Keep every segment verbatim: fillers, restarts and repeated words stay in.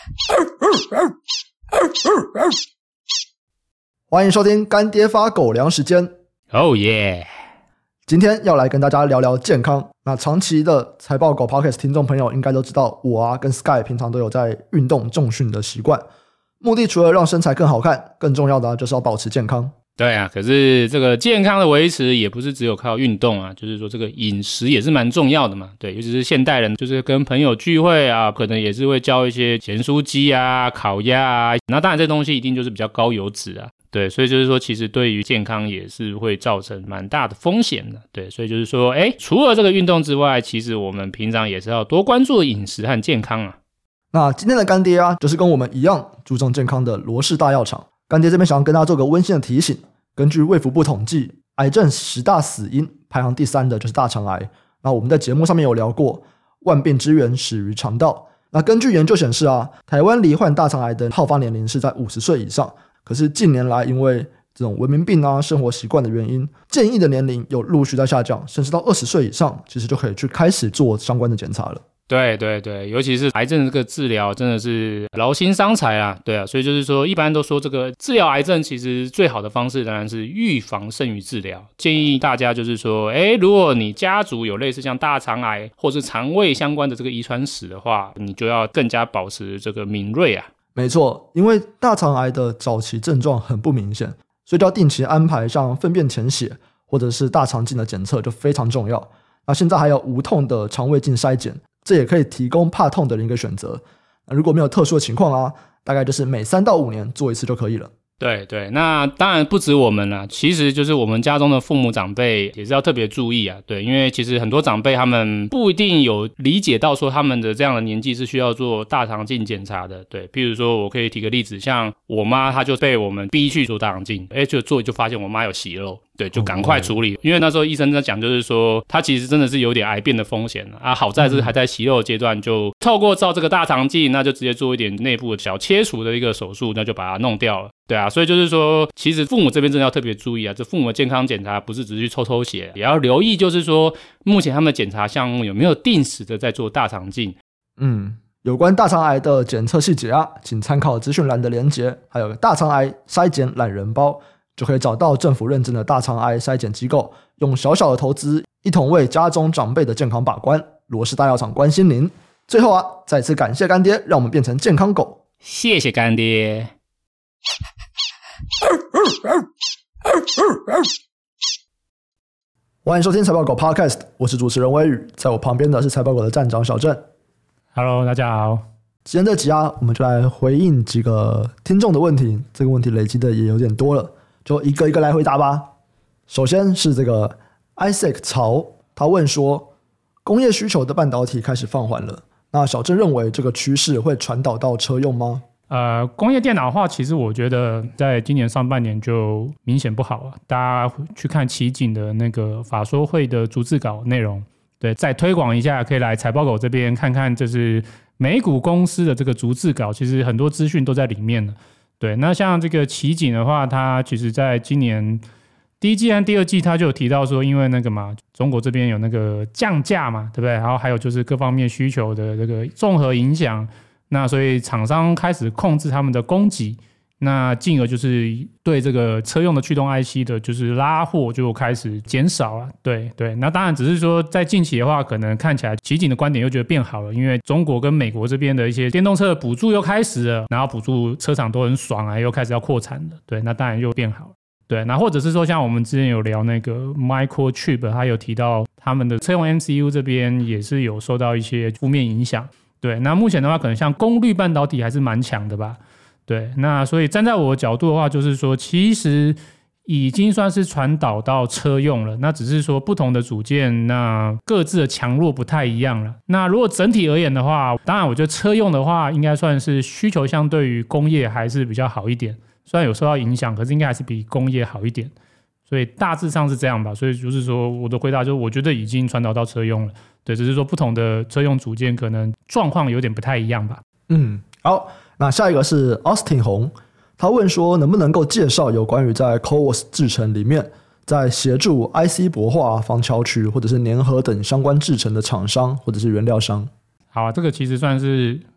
欢迎收听干爹发狗粮时间。 哦耶！ 今天要来跟大家聊聊健康。那长期的财报狗 Podcast 听众朋友应该都知道，我啊跟 Sky 平常都有在运动重训的习惯，目的除了让身材更好看，更重要的、啊、就是要保持健康。 对啊，可是这个健康的维持也不是只有靠运动啊，就是说这个饮食也是蛮重要的嘛。对，尤其是现代人，就是跟朋友聚会啊，可能也是会叫一些咸酥鸡啊、烤鸭啊，那当然这东西一定就是比较高油脂啊。对，所以就是说其实对于健康也是会造成蛮大的风险的。对，所以就是说诶除了这个运动之外，其实我们平常也是要多关注饮食和健康啊。 那今天的干爹啊，就是跟我们一样注重健康的罗氏大药厂。干爹这边想要跟大家做个温馨的提醒，根据卫福部统计，癌症十大死因排行第三的就是大肠癌。那我们在节目上面有聊过，万病之源始于肠道。那根据研究显示啊，台湾罹患大肠癌的好发年龄是在五十岁以上，可是近年来因为这种文明病啊、生活习惯的原因，建议的年龄有陆续在下降，甚至到二十岁以上，其实就可以去开始做相关的检查了。 对对对，尤其是癌症这个治疗真的是劳心伤财啊，对啊，所以就是说一般都说这个治疗癌症其实最好的方式当然是预防胜于治疗，建议大家就是说诶如果你家族有类似像大肠癌或是肠胃相关的这个遗传史的话，你就要更加保持这个敏锐啊。 没错，因为大肠癌的早期症状很不明显，所以就要定期安排像粪便潜血或者是大肠镜的检测就非常重要。那现在还有无痛的肠胃镜筛检，这也可以提供怕痛的人一个选择。那如果没有特殊的情况啊，大概就是每三到五年做一次就可以了。 对对，那当然不止我们啦，其实就是我们家中的父母长辈也是要特别注意啊。对，因为其实很多长辈他们不一定有理解到说他们的这样的年纪是需要做大肠镜检查的。对，譬如说我可以提个例子，像我妈她就被我们逼去做大肠镜，诶就做就发现我妈有息肉，对，就赶快处理、哦、因为那时候医生在讲就是说她其实真的是有点癌变的风险啊，好在是还在息肉的阶段，就透过照这个大肠镜，那就直接做一点内部的小切除的一个手术，那就把它弄掉了。对啊，所以就是说其实父母这边真的要特别注意啊，这父母的健康检查不是只是去抽抽血，也要留意就是说目前他们的检查项目有没有定时的在做大肠镜。 嗯，有关大肠癌的检测细节啊，请参考资讯栏的连结，还有大肠癌筛检懒人包，就可以找到政府认证的大肠癌筛检机构，用小小的投资一同为家中长辈的健康把关。罗氏大药厂关心您。最后啊，再次感谢干爹，让我们变成健康狗。 谢谢干爹。 欢迎收听财报狗 Podcast， 我是主持人威宇，在我旁边的是财报狗的站长小郑。 Hello， 大家好。 今天这集啊，我们就来回应几个听众的问题，这个问题累积的也有点多了，就一个一个来回答吧。首先是这个 Isaac 曹，他问说，工业需求的半导体开始放缓了，那小郑认为这个趋势会传导到车用吗？ 呃，工业电脑化其实我觉得在今年上半年就明显不好了，大家去看奇景的那个法说会的逐字稿内容，对，再推广一下，可以来财报狗这边看看，就是美股公司的这个逐字稿，其实很多资讯都在里面了。对，那像这个奇景的话，它其实在今年第一季和第二季，它就有提到说，因为那个嘛，中国这边有那个降价嘛，对不对？然后还有就是各方面需求的这个综合影响。那所以厂商开始控制他们的供给，那进而就是对这个车用的驱动 I C 的就是拉货就开始减少了。对对，那当然只是说在近期的话，可能看起来奇景的观点又觉得变好了，因为中国跟美国这边的一些电动车的补助又开始了，然后补助车厂都很爽啊，又开始要扩产了。对，那当然又变好了。对，那或者是说像我们之前有聊那个 Microchip， 他有提到他们的车用 M C U 这边也是有受到一些负面影响。对，那目前的话可能像功率半导体还是蛮强的吧。对，那所以站在我的角度的话，就是说其实已经算是传导到车用了，那只是说不同的组件那各自的强弱不太一样了。那如果整体而言的话，当然我觉得车用的话应该算是需求相对于工业还是比较好一点，虽然有受到影响，可是应该还是比工业好一点，所以大致上是这样吧。所以就是说我的回答就是我觉得已经传导到车用了，对，只是说不同的车用组件可能状况有点不太一样吧。 嗯，好，那下一个是 Austin 洪，他问说能不能够介绍有关于在 C O S 制程里面在协助 I C 薄化、防桥曲或者是粘合等相关制程的厂商或者是原料商。 好啊，这个其实算是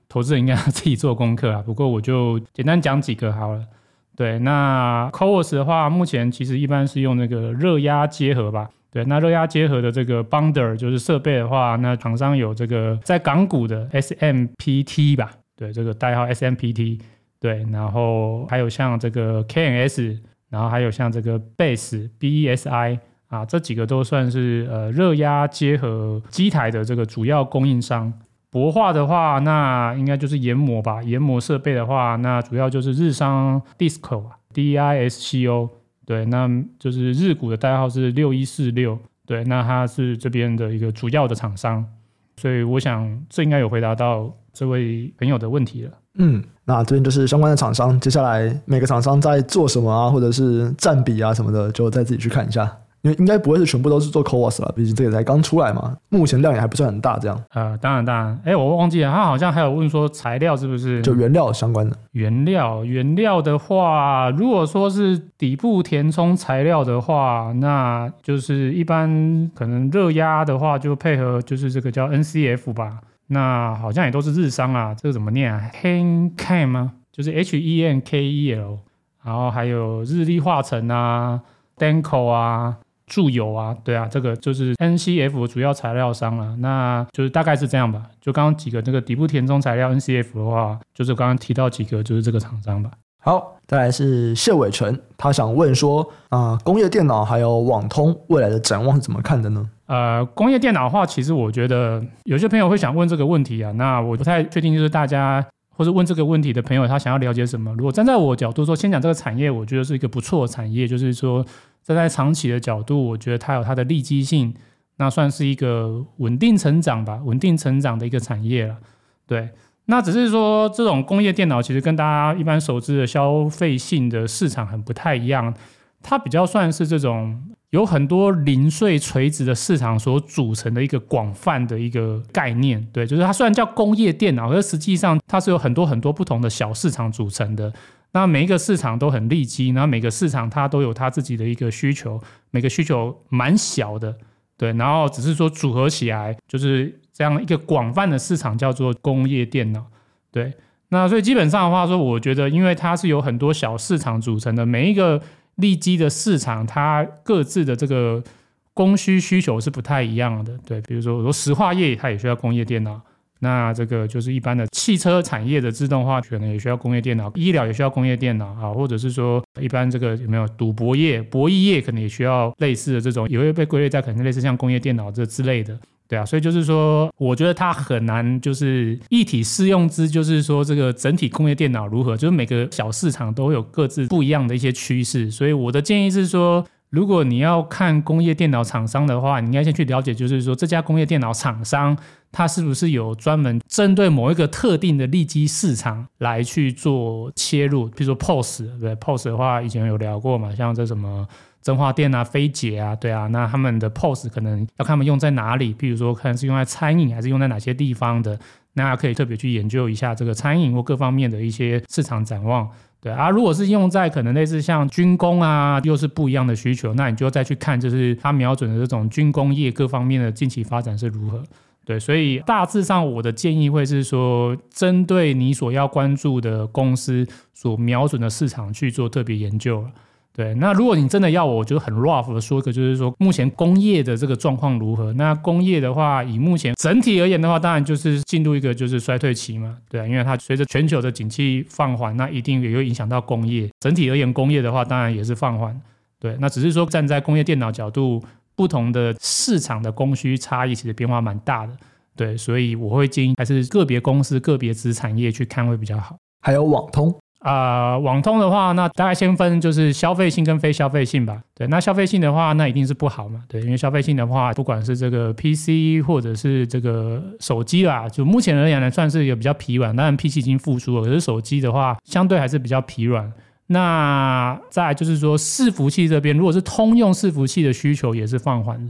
投资人应该要自己做功课啊。不过我就简单讲几个好了。对，那 C O O S 的话，目前其实一般是用那个热压结合吧。对，那热压结合的这个 bonder 就是设备的话，那厂商有这个在港股的 S M P T 吧，对，这个代号 S M P T， 对，然后还有像这个 K N S， 然后还有像这个 B E S B E S I 啊，这几个都算是呃热压结合机台的这个主要供应商。薄化的话，那应该就是研磨吧。研磨设备的话，那主要就是日商 Disco 啊 D I S C O， 对，那就是日股的代号是六一四六，对，那它是这边的一个主要的厂商，所以我想这应该有回答到这位朋友的问题了。 嗯，那这边就是相关的厂商，接下来每个厂商在做什么啊，或者是占比啊什么的，就再自己去看一下。因为应该不会是全部都是做 C O A S 啦，毕竟这个才刚出来嘛，目前量也还不算很大这样。 呃，当然当然，哎，我忘记了，他好像还有问说材料是不是？ 就原料相关的。 原料原料的话，如果说是底部填充材料的话，那就是一般可能热压的话就配合就是这个叫 N C F 吧，那好像也都是日商啊，这个怎么念啊 ？Henkel 吗？就是 H E N K E L， 然后还有日立化成啊 ，Denko 啊。注油啊，对啊，这个就是 N C F 主要材料商了，那就是大概是这样吧。就刚刚几个这个底部填充材料 N C F 的话，就是刚刚提到几个就是这个厂商吧。 好，再来是谢伟成，他想问说啊、呃，工业电脑还有网通未来的展望是怎么看的呢？ 呃，工业电脑的话，其实我觉得有些朋友会想问这个问题啊，那我不太确定，就是大家或是问这个问题的朋友他想要了解什么。如果站在我角度说，先讲这个产业，我觉得是一个不错的产业，就是说站在长期的角度，我觉得它有它的利基性，那算是一个稳定成长吧，稳定成长的一个产业了。对，那只是说这种工业电脑其实跟大家一般熟知的消费性的市场很不太一样，它比较算是这种有很多零碎垂直的市场所组成的一个广泛的一个概念。对，就是它虽然叫工业电脑，可是实际上它是有很多很多不同的小市场组成的。那每一个市场都很利基，然后每个市场它都有它自己的一个需求，每个需求蛮小的，对，然后只是说组合起来就是这样一个广泛的市场叫做工业电脑。对，那所以基本上的话说，我觉得因为它是有很多小市场组成的，每一个利基的市场它各自的这个供需需求是不太一样的。对，比如说我说石化业它也需要工业电脑，那这个就是一般的汽车产业的自动化可能也需要工业电脑，医疗也需要工业电脑啊，或者是说一般这个有没有赌博业、博弈业可能也需要类似的这种，也会被归类在可能类似像工业电脑这之类的。对啊，所以就是说我觉得它很难就是一体适用之，就是说这个整体工业电脑如何，就是每个小市场都有各自不一样的一些趋势。所以我的建议是说，如果你要看工业电脑厂商的话，你应该先去了解就是说这家工业电脑厂商它是不是有专门针对某一个特定的利基市场来去做切入。比如说 P O S， 对 P O S 的话以前有聊过嘛，像这什么中华电啊、飞捷啊，对啊，那他们的 P O S 可能要看他们用在哪里，譬如说看是用在餐饮还是用在哪些地方的，那可以特别去研究一下这个餐饮或各方面的一些市场展望。对啊，如果是用在可能类似像军工啊，又是不一样的需求，那你就再去看就是它瞄准的这种军工业各方面的近期发展是如何。对，所以大致上我的建议会是说，针对你所要关注的公司所瞄准的市场去做特别研究了。对，那如果你真的要我，我觉得很 rough 的说一个，就是说目前工业的这个状况如何？那工业的话，以目前整体而言的话，当然就是进入一个就是衰退期嘛，对啊，因为它随着全球的景气放缓，那一定也会影响到工业。整体而言，工业的话，当然也是放缓。对，那只是说站在工业电脑角度，不同的市场的供需差异其实变化蛮大的。对，所以我会建议还是个别公司、个别子产业去看会比较好。 还有网通。 啊、呃，网通的话，那大概先分就是消费性跟非消费性吧。对，那消费性的话，那一定是不好嘛。对，因为消费性的话，不管是这个 P C 或者是这个手机啦，就目前而言呢，算是有比较疲软。当然 P C 已经复苏了，可是手机的话，相对还是比较疲软。那再来就是说伺服器这边，如果是通用伺服器的需求也是放缓的。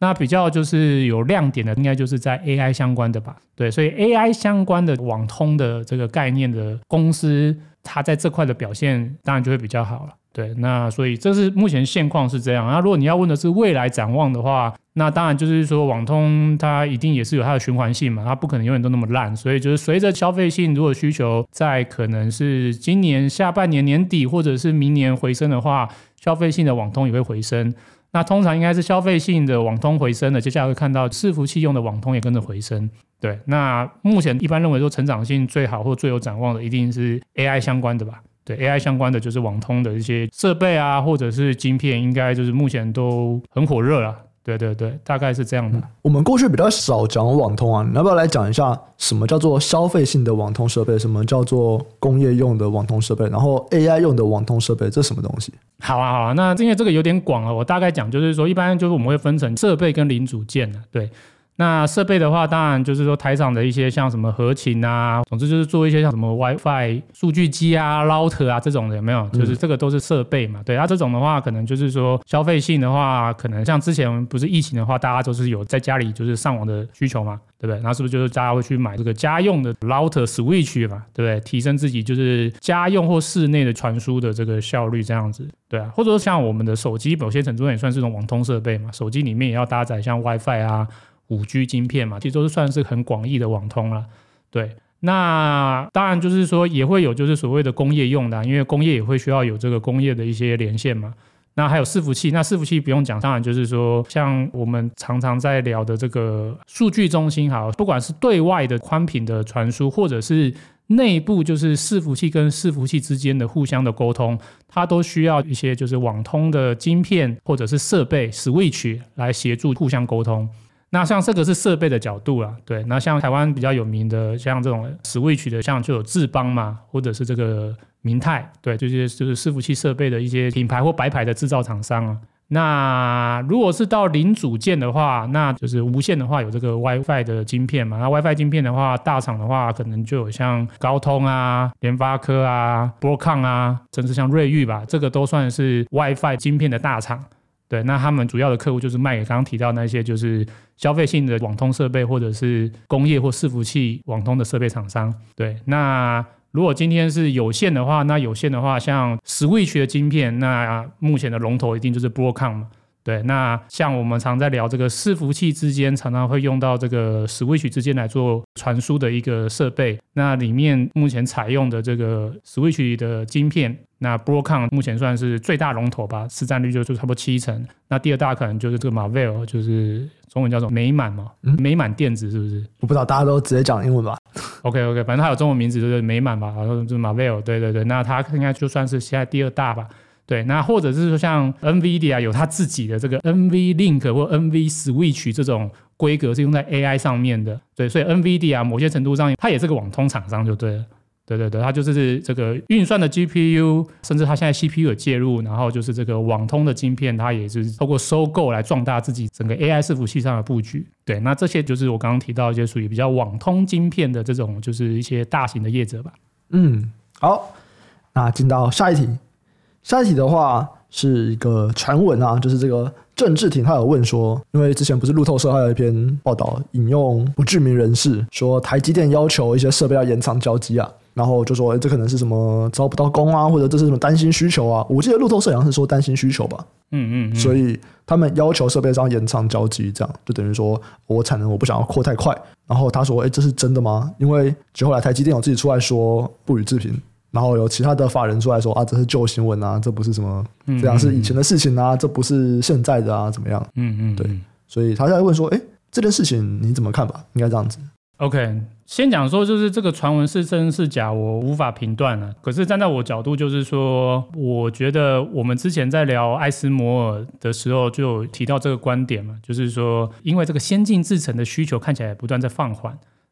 那比较就是有亮点的，应该就是在 A I 相关的吧。对，所以 A I 相关的网通的这个概念的公司，它在这块的表现当然就会比较好了。对，那所以这是目前现况是这样。那如果你要问的是未来展望的话，那当然就是说网通它一定也是有它的循环性嘛，它不可能永远都那么烂。所以就是随着消费性如果需求在可能是今年下半年年底或者是明年回升的话，消费性的网通也会回升。那通常应该是消费性的网通回升的，接下来会看到伺服器用的网通也跟着回升。对，那目前一般认为说成长性最好或最有展望的一定是 A I 相关的吧。对 A I 相关的就是网通的一些设备啊，或者是晶片，应该就是目前都很火热啦。对对对，大概是这样的、嗯。 我们过去比较少讲网通啊，你要不要来讲一下什么叫做消费性的网通设备，什么叫做工业用的网通设备，然后 A I 用的网通设备，这是什么东西？ 好啊好啊，那因为这个有点广啊，我大概讲就是说，一般就是我们会分成设备跟零组件啊，对。那设备的话，当然就是说台厂的一些像什么合勤啊，总之就是做一些像什么 WiFi 数据机啊、router 啊这种的，有没有？就是这个都是设备嘛。对，那、啊、这种的话，可能就是说消费性的话，可能像之前不是疫情的话，大家都是有在家里就是上网的需求嘛，对不对？那是不是就是大家会去买这个家用的 router switch 嘛，对不对？提升自己就是家用或室内的传输的这个效率这样子，对啊。或者说像我们的手机，某些程度也算是一种网通设备嘛，手机里面也要搭载像 WiFi 啊。五 G 晶片嘛，其实都是算是很广义的网通啦。对，那当然就是说也会有就是所谓的工业用的、啊，因为工业也会需要有这个工业的一些连线嘛。那还有伺服器，那伺服器不用讲，当然就是说像我们常常在聊的这个数据中心，好，不管是对外的宽频的传输，或者是内部就是伺服器跟伺服器之间的互相的沟通，它都需要一些就是网通的晶片或者是设备 switch 来协助互相沟通。那像这个是设备的角度啦，对，那像台湾比较有名的像这种 switch 的，像就有智邦嘛，或者是这个明泰，对，这些就是伺服器设备的一些品牌或白牌的制造厂商啊。那如果是到零组件的话，那就是无线的话有这个 WiFi 的晶片嘛，那 WiFi 晶片的话，大厂的话可能就有像高通啊、联发科啊、Broadcom 啊，甚至像瑞昱吧，这个都算是 WiFi 晶片的大厂。对，那他们主要的客户就是卖给刚刚提到那些就是消费性的网通设备，或者是工业或伺服器网通的设备厂商。对，那如果今天是有线的话，那有线的话，像 Switch 的晶片，那目前的龙头一定就是 Broadcom 嘛。对，那像我们常在聊这个伺服器之间，常常会用到这个 Switch 之间来做传输的一个设备。那里面目前采用的这个 Switch 的晶片，那 Broadcom 目前算是最大龙头吧，市占率就差不多七成。那第二大可能就是这个 Marvell， 就是中文叫做美满嘛，嗯、美满电子是不是？ 我不知道，大家都直接讲英文吧。 OK OK， 反正它有中文名字就是美满吧，然后就是 Marvell， 对对对，那它应该就算是现在第二大吧。对，那或者是说像 NVIDIA 有它自己的这个 N V Link 或 N V Switch 这种规格是用在 A I 上面的。对，所以 NVIDIA 某些程度上它也是个网通厂商就对了。对对对，它就是这个运算的 G P U， 甚至它现在 C P U 有介入，然后就是这个网通的晶片，它也是透过收购来壮大自己整个 A I 伺服器上的布局。对，那这些就是我刚刚提到一些属于比较网通晶片的这种，就是一些大型的业者吧。 嗯，好，那进到下一题。下一题的话是一个传闻啊，就是这个郑志廷他有问说，因为之前不是路透社还有一篇报道引用不具名人士说台积电要求一些设备要延长交机啊，然后就说、欸、这可能是什么招不到工啊，或者这是什么担心需求啊，我记得路透社好像是说担心需求吧。 嗯嗯嗯， 所以他们要求设备上延长交机，这样就等于说我产能我不想要扩太快。然后他说：“哎，这是真的吗？”因为结果后来台积电有自己出来说不予置评，然后有其他的法人出来说：“啊，这是旧新闻啊，这不是什么，这样是以前的事情啊，这不是现在的啊，怎么样？” 嗯嗯， 对。所以他在问说：“哎，这件事情你怎么看吧？”应该这样子。 OK， 先讲说就是这个传闻是真是假，我无法评断了。可是站在我角度，就是说，我觉得我们之前在聊艾斯摩尔的时候，就有提到这个观点嘛，就是说，因为这个先进制程的需求看起来不断在放缓，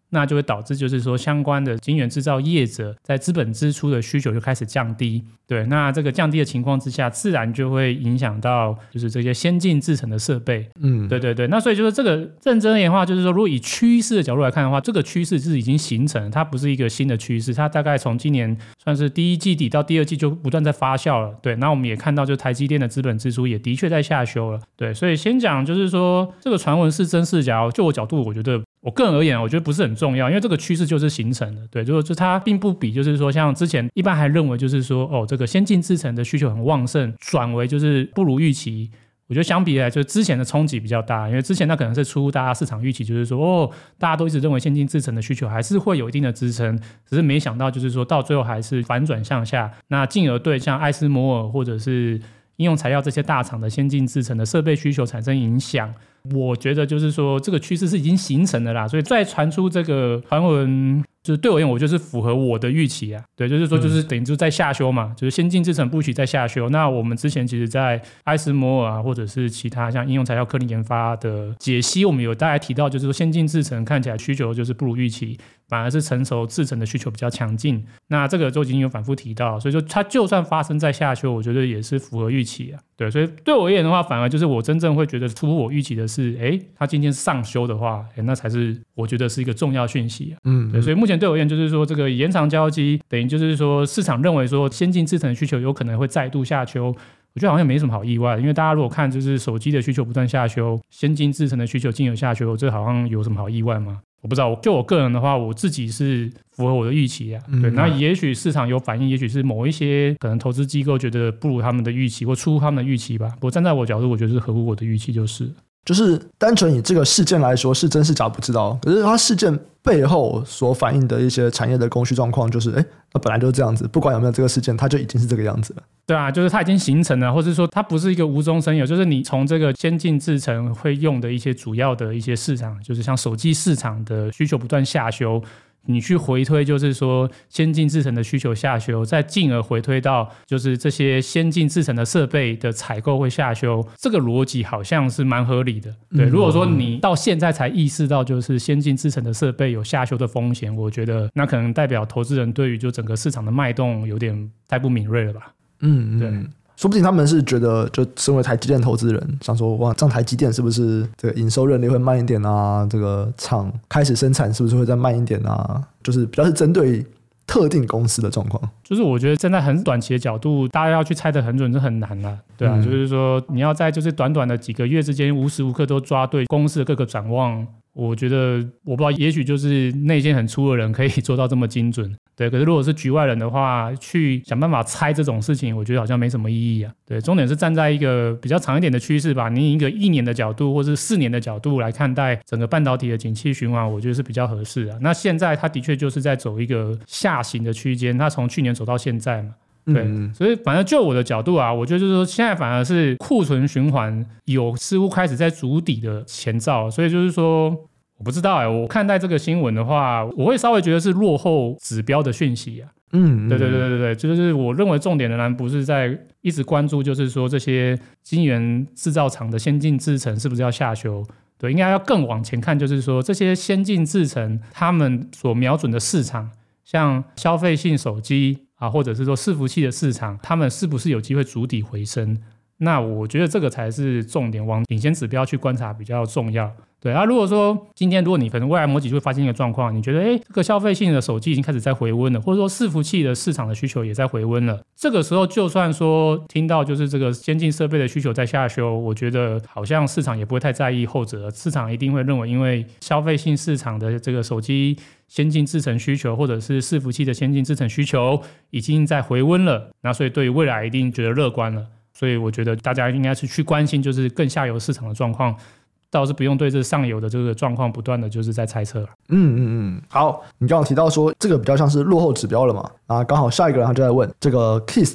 那就会导致就是说相关的晶圆制造业者在资本支出的需求就开始降低。对，那这个降低的情况之下，自然就会影响到就是这些先进制程的设备。嗯，对对对。那所以就是这个认真而言的话，就是说如果以趋势的角度来看的话，这个趋势是已经形成，它不是一个新的趋势，它大概从今年算是第一季底到第二季就不断在发酵了。对，那我们也看到就台积电的资本支出也的确在下修了。对，所以先讲就是说这个传闻是真是假，就我角度我觉得我个人而言我觉得不是很重要，因为这个趋势就是形成的。对，就是它并不比就是说像之前一般还认为就是说哦这个先进制程的需求很旺盛，转为就是不如预期。我觉得相比来就之前的冲击比较大，因为之前那可能是出乎大家市场预期，就是说哦大家都一直认为先进制程的需求还是会有一定的支撑，只是没想到就是说到最后还是反转向下，那进而对像艾斯摩尔或者是应用材料这些大厂的先进制程的设备需求产生影响。我觉得就是说这个趋势是已经形成的啦，所以再传出这个传闻，就是对我而言我就是符合我的预期啊。对，就是说就是等于就在下修嘛，就是先进制程布局在下修。那我们之前其实在艾斯摩尔啊或者是其他像应用材料科林研发的解析，我们有大概提到就是说先进制程看起来需求就是不如预期，反而是成熟制程的需求比较强劲。那这个都已经有反复提到，所以说它就算发生在下修，我觉得也是符合预期啊。对，所以对我而言的话，反而就是我真正会觉得出乎我预期的是，哎，它今天上修的话，哎，那才是我觉得是一个重要讯息啊。嗯，对，所以目前对我而言就是说，这个延长交机等于就是说市场认为说先进制程的需求有可能会再度下修。我觉得好像没什么好意外的，因为大家如果看就是手机的需求不断下修，先进制程的需求进而下修，这好像有什么好意外吗？我不知道，就我个人的话，我自己是符合我的预期啊。对，那也许市场有反应，也许是某一些可能投资机构觉得不如他们的预期，或出乎他们的预期吧。不过站在我角度，我觉得是合乎我的预期就是。 就是单纯以这个事件来说，是真是假不知道。可是它事件背后所反映的一些产业的供需状况，就是哎，那本来就是这样子，不管有没有这个事件，它就已经是这个样子了。 对啊，就是它已经形成了，或者说它不是一个无中生有，就是你从这个先进制程会用的一些主要的一些市场，就是像手机市场的需求不断下修，你去回推就是说先进制程的需求下修，再进而回推到就是这些先进制程的设备的采购会下修，这个逻辑好像是蛮合理的。对，如果说你到现在才意识到就是先进制程的设备有下修的风险，我觉得那可能代表投资人对于就整个市场的脉动有点太不敏锐了吧。嗯，对。 说不定他们是觉得，就身为台积电投资人，想说哇，这样台积电是不是这个营收认列会慢一点啊？这个厂开始生产是不是会再慢一点啊？就是比较是针对特定公司的状况。 就是我觉得站在很短期的角度，大家要去猜得很准是很难啦。对啊，嗯、就是说你要在就是短短的几个月之间，无时无刻都抓对公司的各个展望。我觉得我不知道，也许就是内线很粗的人可以做到这么精准，对。可是如果是局外人的话，去想办法猜这种事情，我觉得好像没什么意义啊。对，重点是站在一个比较长一点的趋势吧，你以一个一年的角度或是四年的角度来看待整个半导体的景气循环，我觉得是比较合适啊。那现在它的确就是在走一个下行的区间，它从去年走到现在嘛。对，嗯、所以反正就我的角度啊，我觉得就是说现在反而是库存循环有似乎开始在筑底的前兆，所以就是说我不知道哎、欸，我看待这个新闻的话，我会稍微觉得是落后指标的讯息啊。嗯，对对对对对，就是我认为重点仍然不是在一直关注，就是说这些晶圆制造厂的先进制程是不是要下修。对，应该要更往前看，就是说这些先进制程他们所瞄准的市场，像消费性手机啊，或者是说伺服器的市场，他们是不是有机会筑底回升？那我觉得这个才是重点，往领先指标去观察比较重要。对啊，如果说今天如果你可能未来某几就会发现一个状况，你觉得哎，这个消费性的手机已经开始在回温了，或者说伺服器的市场的需求也在回温了，这个时候就算说听到就是这个先进设备的需求在下修，我觉得好像市场也不会太在意后者，市场一定会认为因为消费性市场的这个手机先进制程需求或者是伺服器的先进制程需求已经在回温了，那所以对于未来一定觉得乐观了。所以我觉得大家应该是去关心就是更下游市场的状况，倒是不用对这上游的这个状况不断的就是在猜测。 嗯嗯嗯，好，你刚刚提到说这个比较像是落后指标了嘛，啊，刚好下一个人他就在问这个 Kiss 里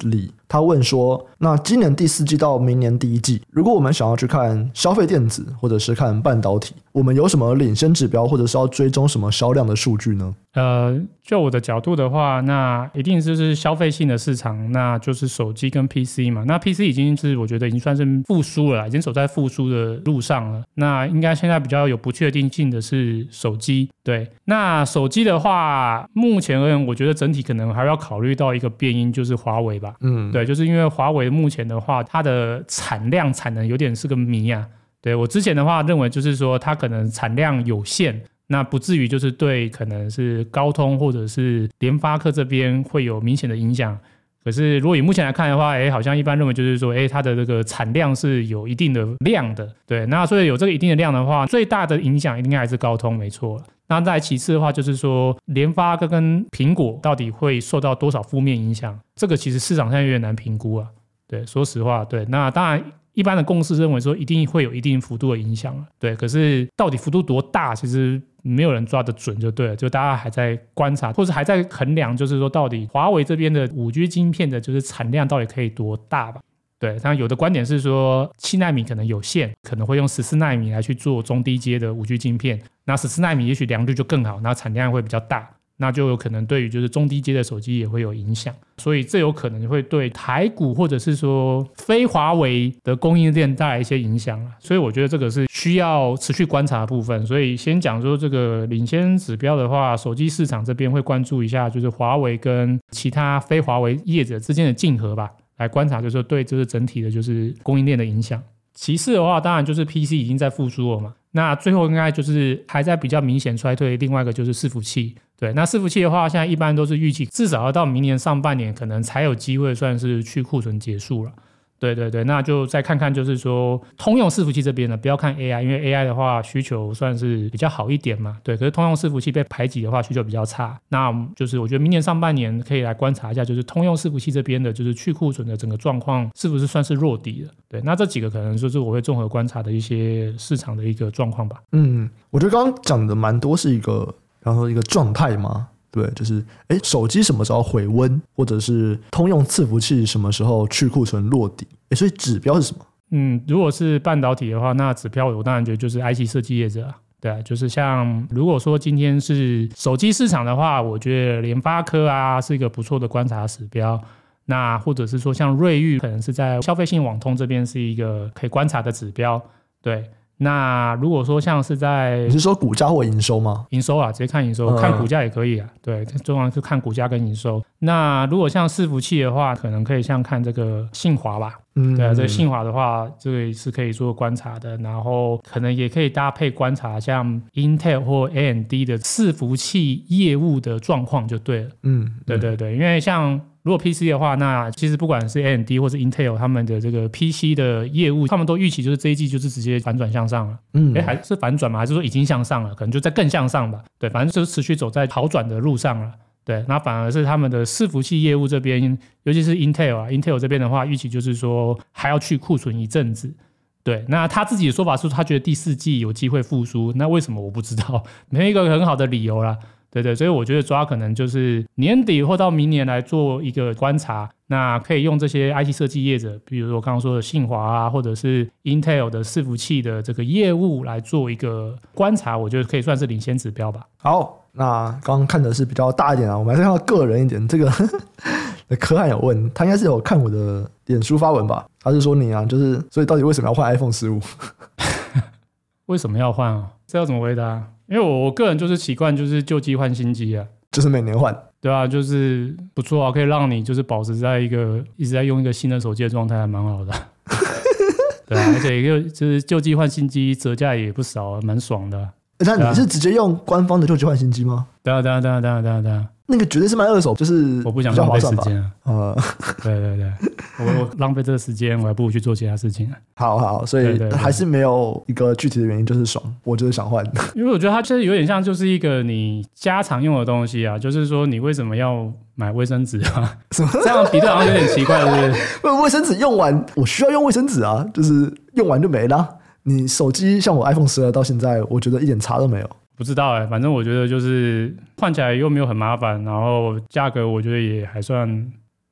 他问说，那今年第四季到明年第一季，如果我们想要去看消费电子或者是看半导体，我们有什么领先指标，或者是要追踪什么销量的数据呢？ 呃，就我的角度的话，那一定就是消费性的市场，那就是手机跟 P C 嘛。那 P C 已经是我觉得已经算是复苏了，已经走在复苏的路上了。那应该现在比较有不确定性的是手机。对，那手机的话，目前而言，我觉得整体可能还要考虑到一个变因，就是华为吧。嗯，对，就是因为华为目前的话，它的产量产能有点是个谜啊。对，我之前的话认为就是说，它可能产量有限。那不至于就是对可能是高通或者是联发科这边会有明显的影响，可是如果以目前来看的话，哎，好像一般认为就是说，哎，它的这个产量是有一定的量的，对，那所以有这个一定的量的话，最大的影响应该还是高通，没错。那再其次的话，就是说联发科跟苹果到底会受到多少负面影响，这个其实市场上有点难评估啊。对，说实话，对，那当然。一般的共识认为说一定会有一定幅度的影响，对，可是到底幅度多大，其实没有人抓得准就对了，就大家还在观察，或者还在衡量，就是说到底华为这边的 五 G 晶片的就是产量到底可以多大吧。对，但有的观点是说七奈米可能有限，可能会用十四奈米来去做中低阶的 五 G 晶片，那十四奈米也许良率就更好，那产量会比较大，那就有可能对于就是中低阶的手机也会有影响，所以这有可能会对台股或者是说非华为的供应链带来一些影响，所以我觉得这个是需要持续观察的部分。所以先讲说这个领先指标的话，手机市场这边会关注一下就是华为跟其他非华为业者之间的竞合吧，来观察就是对就是整体的就是供应链的影响。其次的话当然就是 P C 已经在复苏了嘛，那最后应该就是还在比较明显衰退，另外一个就是伺服器。对，那伺服器的话现在一般都是预期至少要到明年上半年可能才有机会算是去库存结束了。对对对，那就再看看就是说通用伺服器这边呢，不要看 A I， 因为 A I 的话需求算是比较好一点嘛，对，可是通用伺服器被排挤的话需求比较差，那就是我觉得明年上半年可以来观察一下，就是通用伺服器这边的就是去库存的整个状况是不是算是弱底了。对，那这几个可能就是我会综合观察的一些市场的一个状况吧。 嗯，我觉得刚刚讲的蛮多是一个比方说一个状态嘛，对，就是哎，手机什么时候回温，或者是通用伺服器什么时候去库存落底，哎，所以指标是什么？ 嗯，如果是半导体的话，那指标我当然觉得就是 I C 设计业者啊。对啊，就是像如果说今天是手机市场的话，我觉得联发科啊是一个不错的观察指标。那或者是说像瑞昱，可能是在消费性网通这边是一个可以观察的指标。对。那如果说像是在你是说股价或营收吗？ 营收啊，直接看营收，嗯、看股价也可以啊。对，重要是看股价跟营收。那如果像伺服器的话，可能可以像看这个信华吧。嗯，对啊，这个信华的话，这个是可以做观察的。然后可能也可以搭配观察像 Intel 或 A M D 的伺服器业务的状况就对了。嗯，对对对，因为像。如果 P C 的话，那其实不管是 A M D 或是 Intel 他们的这个 P C 的业务，他们都预期就是这一季就是直接反转向上了。嗯，诶，还是反转吗？还是说已经向上了？可能就在更向上吧。对，反正就是持续走在好转的路上了。对，那反而是他们的伺服器业务这边，尤其是 Intel 啊 ，Intel 这边的话，预期就是说还要去库存一阵子。对，那他自己的说法是他觉得第四季有机会复苏，那为什么我不知道，没有一个很好的理由啦。对对，所以我觉得抓可能就是年底或到明年来做一个观察，那可以用这些 I T 设计业者，比如说我刚刚说的信华啊，或者是 Intel 的伺服器的这个业务来做一个观察，我觉得可以算是领先指标吧。 好，那刚刚看的是比较大一点啊，我们还是看到个人一点。这个柯汉有问，他应该是有看我的脸书发文吧？他是说你啊，就是所以到底为什么要换 iPhone 十五？ 为什么要换啊？这要怎么回答？因为我我个人就是习惯就是旧机换新机啊， 就是每年换， 对啊，就是不错啊，可以让你就是保持在一个一直在用一个新的手机的状态，还蛮好的。对啊，而且又就是旧机换新机折价也不少，蛮爽的。 那你是直接用官方的旧机换新机吗？ 对啊，对啊，对啊，对啊，对啊，对啊。 那个绝对是卖二手，就是我不想浪费时间啊。 呃， 对对对，我我浪费这个时间，我还不如去做其他事情啊。 好好，所以还是没有一个具体的原因，就是爽，我就是想换。因为我觉得它就是有点像就是一个你家常用的东西啊，就是说你为什么要买卫生纸啊？这样比对好像有点奇怪，对不对？卫生纸用完，我需要用卫生纸啊，就是用完就没了。你手机像我 iPhone 十二到现在，我觉得一点差都没有。 不知道哎、欸，反正我觉得就是换起来又没有很麻烦，然后价格我觉得也还算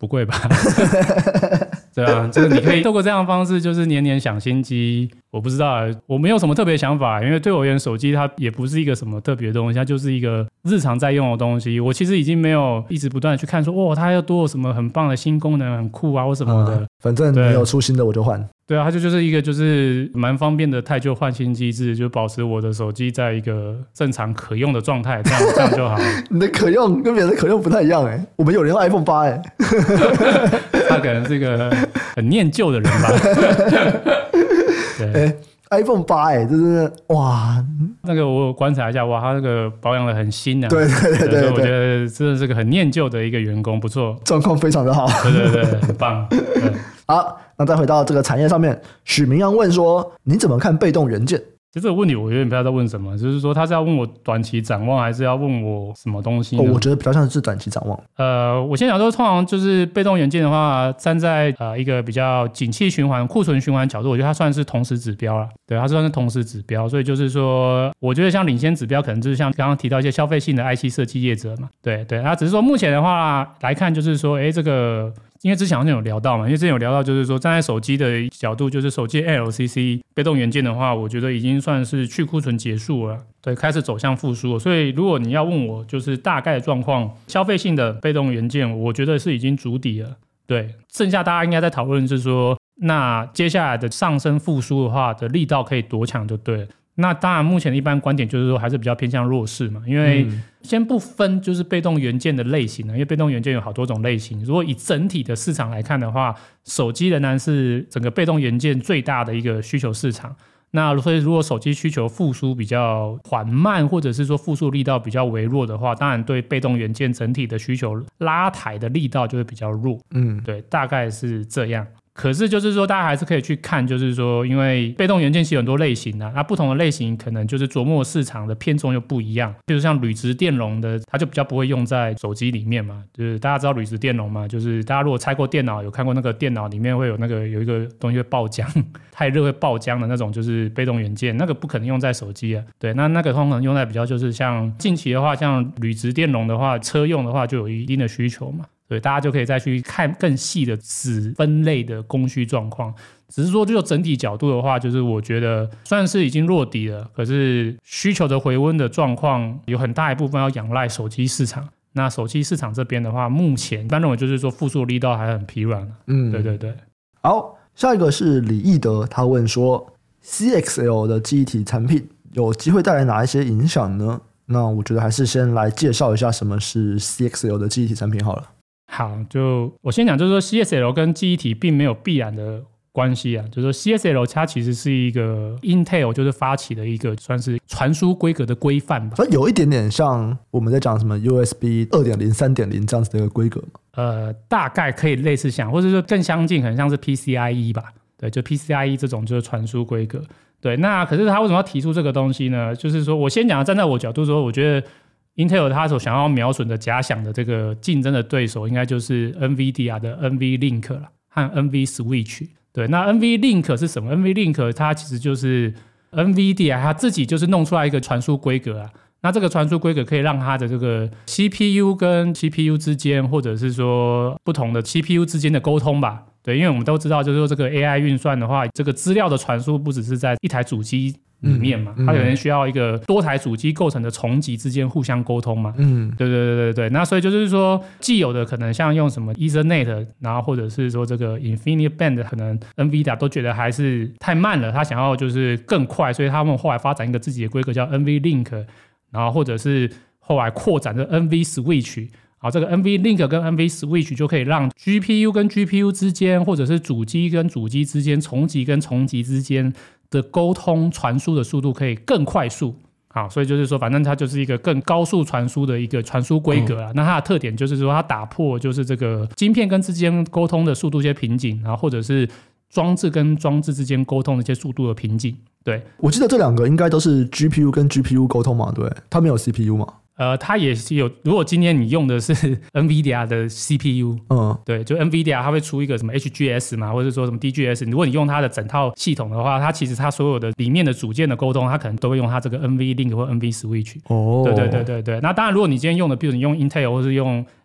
不贵吧？对啊，就是你可以透过这样的方式，就是年年享新机。我不知道，我没有什么特别想法，因为对我而言，手机它也不是一个什么特别的东西，它就是一个日常在用的东西。我其实已经没有一直不断的去看说，哦，它又多了什么很棒的新功能，很酷啊或什么的。 嗯、反正没有出新的我就换。 对啊，它就就是一个就是蛮方便的汰旧换新机制，就保持我的手机在一个正常可用的状态，这样这样就好。 你的可用跟别人的可用不太一样哎、欸，我们有人用 iPhone 八哎、欸， 他可能是一个很念旧的人吧。对。 欸iPhone 八哎、欸，这是哇！ 那个我观察一下，哇，他那个保养的很新啊。 对对对 对, 对， 我觉得真的是个很念旧的一个员工，不错， 状况非常的好。 对对对，很棒。对， 好，那再回到这个产业上面，许明阳问说：“你怎么看被动元件？” 其实这个问题我有点不知道在问什么，就是说他是要问我短期展望，还是要问我什么东西呢？ 哦，我觉得比较像是短期展望。 呃，我先讲说，通常就是被动元件的话，站在呃一个比较景气循环、库存循环角度，我觉得它算是同时指标啦。对，它算是同时指标，所以就是说，我觉得像领先指标，可能就是像刚刚提到一些消费性的 I C 设计业者嘛。对对，那只是说目前的话来看，就是说，哎，这个。因为之前好像有聊到嘛，因为之前有聊到，就是说站在手机的角度，就是手机 L C C 被动元件的话，我觉得已经算是去库存结束了，对，开始走向复苏了。所以如果你要问我，就是大概的状况，消费性的被动元件，我觉得是已经筑底了。对，剩下大家应该在讨论是说，那接下来的上升复苏的话的力道可以多强就对了。那当然，目前的一般观点就是说，还是比较偏向弱势嘛，因为先不分就是被动元件的类型呢，因为被动元件有好多种类型。如果以整体的市场来看的话，手机仍然是整个被动元件最大的一个需求市场。那所以如果手机需求复苏比较缓慢，或者是说复苏力道比较微弱的话，当然对被动元件整体的需求拉抬的力道就会比较弱。嗯，对，大概是这样。可是就是说大家还是可以去看，就是说因为被动元件其实有很多类型啊，那不同的类型可能就是琢磨市场的偏重又不一样。比如像铝质电容的，它就比较不会用在手机里面嘛，就是大家知道铝质电容嘛，就是大家如果拆过电脑，有看过那个电脑里面会有那个有一个东西会爆浆，太热会爆浆的那种，就是被动元件，那个不可能用在手机啊。对，那那个通常用在比较就是像近期的话，像铝质电容的话，车用的话就有一定的需求嘛。对，大家就可以再去看更细的子分类的供需状况。只是说就整体角度的话，就是我觉得算是已经落底了，可是需求的回温的状况有很大一部分要仰赖手机市场。那手机市场这边的话，目前一般认为就是说复苏力道还很疲软。嗯，对对对。 好，下一个是李义德，他问说 C X L 的记忆体产品有机会带来哪一些影响呢？那我觉得还是先来介绍一下什么是 C X L 的记忆体产品好了。 好，就我先讲，就是说 C S L 跟记忆体并没有必然的关系啊，就是说 C S L 它其实是一个 Intel 就是发起的一个算是传输规格的规范吧， 所以有一点点像我们在讲什么 U S B 二点零、三点零 这样子的一个规格嘛。 呃，大概可以类似像，或者说更相近，可能像是 P C I E 吧，对，就 P C I E 这种就是传输规格。对，那可是他为什么要提出这个东西呢？就是说我先讲，站在我角度说，我觉得Intel 它所想要瞄准的假想的这个竞争的对手，应该就是 NVIDIA 的 N V Link 啦，和 N V Switch。对，那 N V Link 是什么 ？N V Link 它其实就是 NVIDIA 它自己就是弄出来一个传输规格啊。那这个传输规格可以让它的这个 C P U 跟 C P U 之间，或者是说不同的 C P U 之间的沟通吧。对，因为我们都知道，就是说这个 A I 运算的话，这个资料的传输不只是在一台主机里面嘛，嗯嗯、它可能需要一个多台主机构成的重集之间互相沟通嘛。嗯，对对对对对。那所以就是说，既有的可能像用什么 Ethernet， 然后或者是说这个 InfiniBand， 可能 NVIDIA 都觉得还是太慢了，他想要就是更快，所以他们后来发展一个自己的规格叫 N V Link， 然后或者是后来扩展的 N V Switch。好，这个 N V Link 跟 N V Switch 就可以让 G P U 跟 G P U 之间，或者是主机跟主机之间，重集跟重集之间的沟通传输的速度可以更快速。好，所以就是说，反正它就是一个更高速传输的一个传输规格啦。嗯、那它的特点就是说，它打破就是这个晶片跟之间沟通的速度一些瓶颈，然后或者是装置跟装置之间沟通的一些速度的瓶颈。对， 我记得这两个应该都是 G P U 跟 G P U 沟通嘛，对，它没有 C P U 嘛。 呃，它也是有。如果今天你用的是 NVIDIA 的 C P U， 嗯，对，就 NVIDIA 它会出一个什么 H G S 嘛，或者说什么 D G S。如果你用它的整套系统的话，它其实它所有的里面的组件的沟通，它可能都会用它这个 N V Link 或 N V Switch。哦，对对对对对。那当然，如果你今天用的，比如你用 Intel 或是用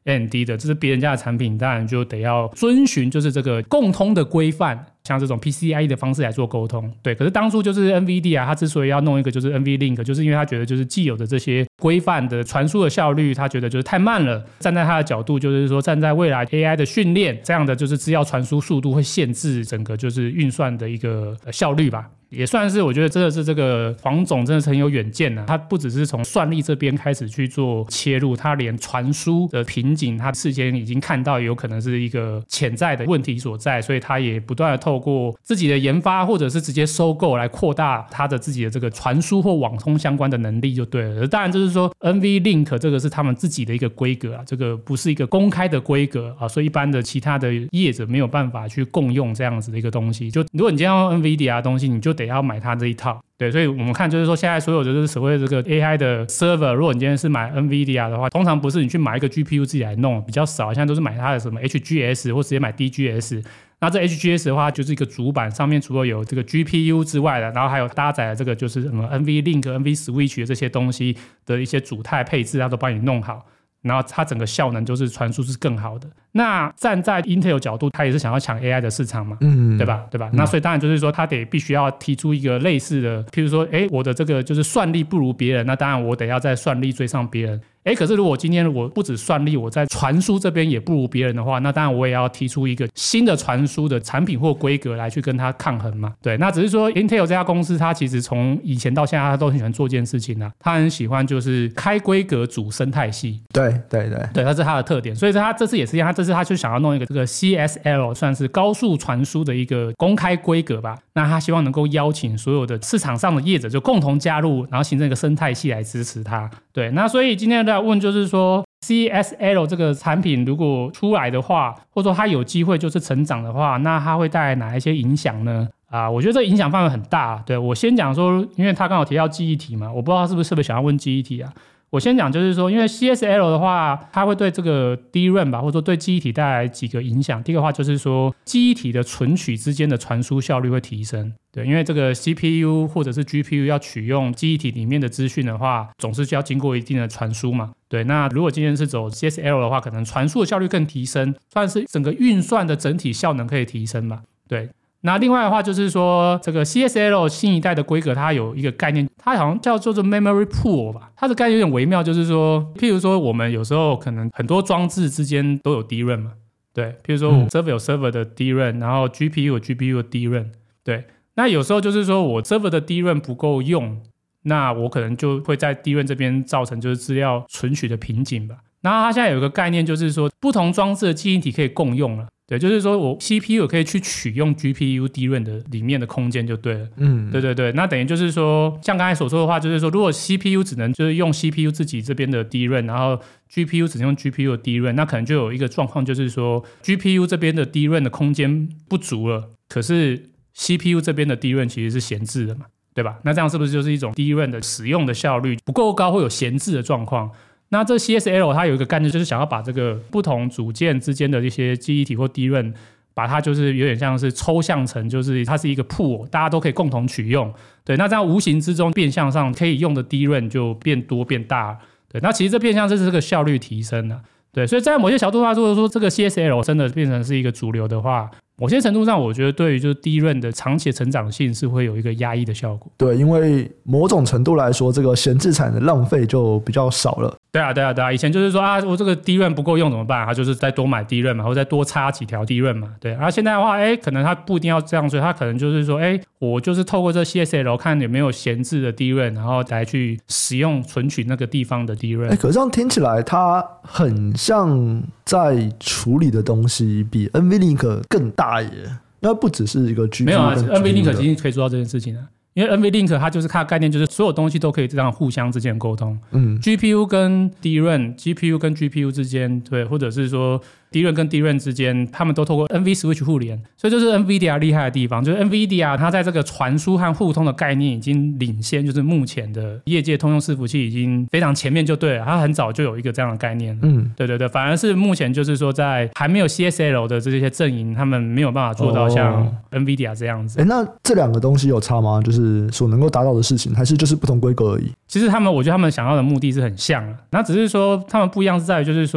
A M D 的，这是别人家的产品，当然就得要遵循就是这个共通的规范，像这种 P C I E 的方式来做沟通。对，可是当初就是 N V I D I A 它之所以要弄一个就是 N V Link， 就是因为他觉得就是既有的这些规范的传输的效率，他觉得就是太慢了。站在他的角度，就是说站在未来 A I 的训练这样的就是资料传输速度会限制整个就是运算的一个效率吧。也算是我觉得真的是这个黄总真的是很有远见啊，他不只是从算力这边开始去做切入，他连传输的瓶颈他事先已经看到有可能是一个潜在的问题所在，所以他也不断的透过自己的研发或者是直接收购来扩大他的自己的这个传输或网通相关的能力就对了。当然就是说 N V Link 这个是他们自己的一个规格啊，这个不是一个公开的规格啊，所以一般的其他的业者没有办法去共用这样子的一个东西。就如果你今天要用 N V I D I A 的东西，你就得要买它这一套。对，所以我们看就是说现在所有的就是所谓的这个 A I 的 server， 如果你今天是买 N V I D I A 的话，通常不是你去买一个 G P U 自己来弄，比较少，现在都是买它的什么 H G S 或直接买 D G S。那这 H G S 的话就是一个主板，上面除了有这个 G P U 之外的，然后还有搭载了这个就是什么 N V Link、N V Switch 的这些东西的一些主态配置，它都帮你弄好。然后它整个效能就是传输是更好的。那站在 Intel 角度，它也是想要抢 A I 的市场嘛，嗯，对吧？对吧？嗯、那所以当然就是说，它得必须要提出一个类似的，譬如说，哎，我的这个就是算力不如别人，那当然我得要在算力追上别人。哎，可是如果今天我不止算力，我在传输这边也不如别人的话，那当然我也要提出一个新的传输的产品或规格来去跟它抗衡嘛。对，那只是说 Intel 这家公司，它其实从以前到现在，它都很喜欢做一件事情啊，它很喜欢就是开规格组生态系。 对对对对，它是它的特点。所以它这次也是一样，它这次它就想要弄一个这个 C S L， 算是高速传输的一个公开规格吧。那他希望能够邀请所有的市场上的业者就共同加入，然后形成一个生态系来支持它。对，那所以今天的问就是说 C S L 这个产品如果出来的话，或者说它有机会就是成长的话，那它会带来哪一些影响呢？啊，我觉得这个影响范围很大。对，我先讲说，因为他刚好提到记忆体嘛，我不知道他是不是特别想要问记忆体啊。我先讲就是说，因为 C S L 的话，它会对这个 D RAM 吧，或者说对记忆体带来几个影响。第一个话就是说，记忆体的存取之间的传输效率会提升。对，因为这个 C P U 或者是 G P U 要取用记忆体里面的资讯的话，总是需要经过一定的传输嘛。对，那如果今天是走 C S L 的话，可能传输的效率更提升，算是整个运算的整体效能可以提升嘛。对。那另外的话就是说，这个 C S L 新一代的规格，它有一个概念，它好像叫做 memory pool 吧。它的概念有点微妙，就是说，譬如说我们有时候可能很多装置之间都有 D RAM 嘛，对，譬如说我 server 有 server 的 D RAM， 然后 G P U 有 G P U 的 D RAM， 对。那有时候就是说我 server 的 D RAM 不够用，那我可能就会在 D RAM 这边造成就是资料存取的瓶颈吧。然后它现在有一个概念，就是说不同装置的记忆体可以共用了。对，就是说我 C P U 可以去取用 G P U D RAM 的里面的空间就对了。嗯，对对对，那等于就是说，像刚才所说的话，就是说，如果 C P U 只能就是用 C P U 自己这边的 D RAM， 然后 G P U 只能用 G P U 的 D RAM， 那可能就有一个状况，就是说 G P U 这边的 D RAM 的空间不足了，可是 C P U 这边的 D RAM 其实是闲置的嘛，对吧？那这样是不是就是一种 D RAM 的使用的效率不够高，会有闲置的状况？那这 C S L 它有一个概念，就是想要把这个不同组件之间的一些记忆体或 D RAM， 把它就是有点像是抽象成，就是它是一个 pool， 大家都可以共同取用。对，那这样无形之中变相上可以用的 D RAM 就变多变大。对，那其实这变相是这个效率提升了。对，所以在某些角度上，如果说这个 C S L 真的变成是一个主流的话，某些程度上我觉得对于就是 D RAM 的长期的成长性是会有一个压抑的效果。 对，因为某种程度来说，这个闲置产的浪费就比较少了。 对啊，对啊，对啊，以前就是说啊，我这个 D RAM 不够用怎么办？他就是再多买 D RAM 嘛，或者再多插几条 D RAM 嘛。对，然后现在的话，哎，可能他不一定要这样，所以他可能就是说，哎，我就是透过这 C S L 看有没有闲置的 D RAM， 然后来去使用存取那个地方的 D RAM。 哎，可是这样听起来，它很像在处理的东西比 N V Link 更大耶。那不只是一个 G P U， 没有啊 ，N V Link 已经可以做到这件事情了。因为 N V Link 它就是它的概念，就是所有东西都可以这样互相之间沟通。嗯 ，G P U 跟 D RAM，G P U 跟 G P U 之间，对，或者是说 D RAM 跟 D RAM 之间，他们都透过 N V Switch 互联，所以这是 N V I D I A 厉害的地方。就是 N V I D I A 它在这个传输和互通的概念已经领先，就是目前的业界通用伺服器已经非常前面就对了。它很早就有一个这样的概念。嗯，对对对，反而是目前就是说在还没有 C S L 的这些阵营，他们没有办法做到像 N V I D I A 这样子。 哎、哦，那这两个东西有差吗？就是所能够达到的事情，还是就是不同规格而已？ 其实他们，我觉得他们想要的目的是很像的，那只是说他们不一样是在于，就是说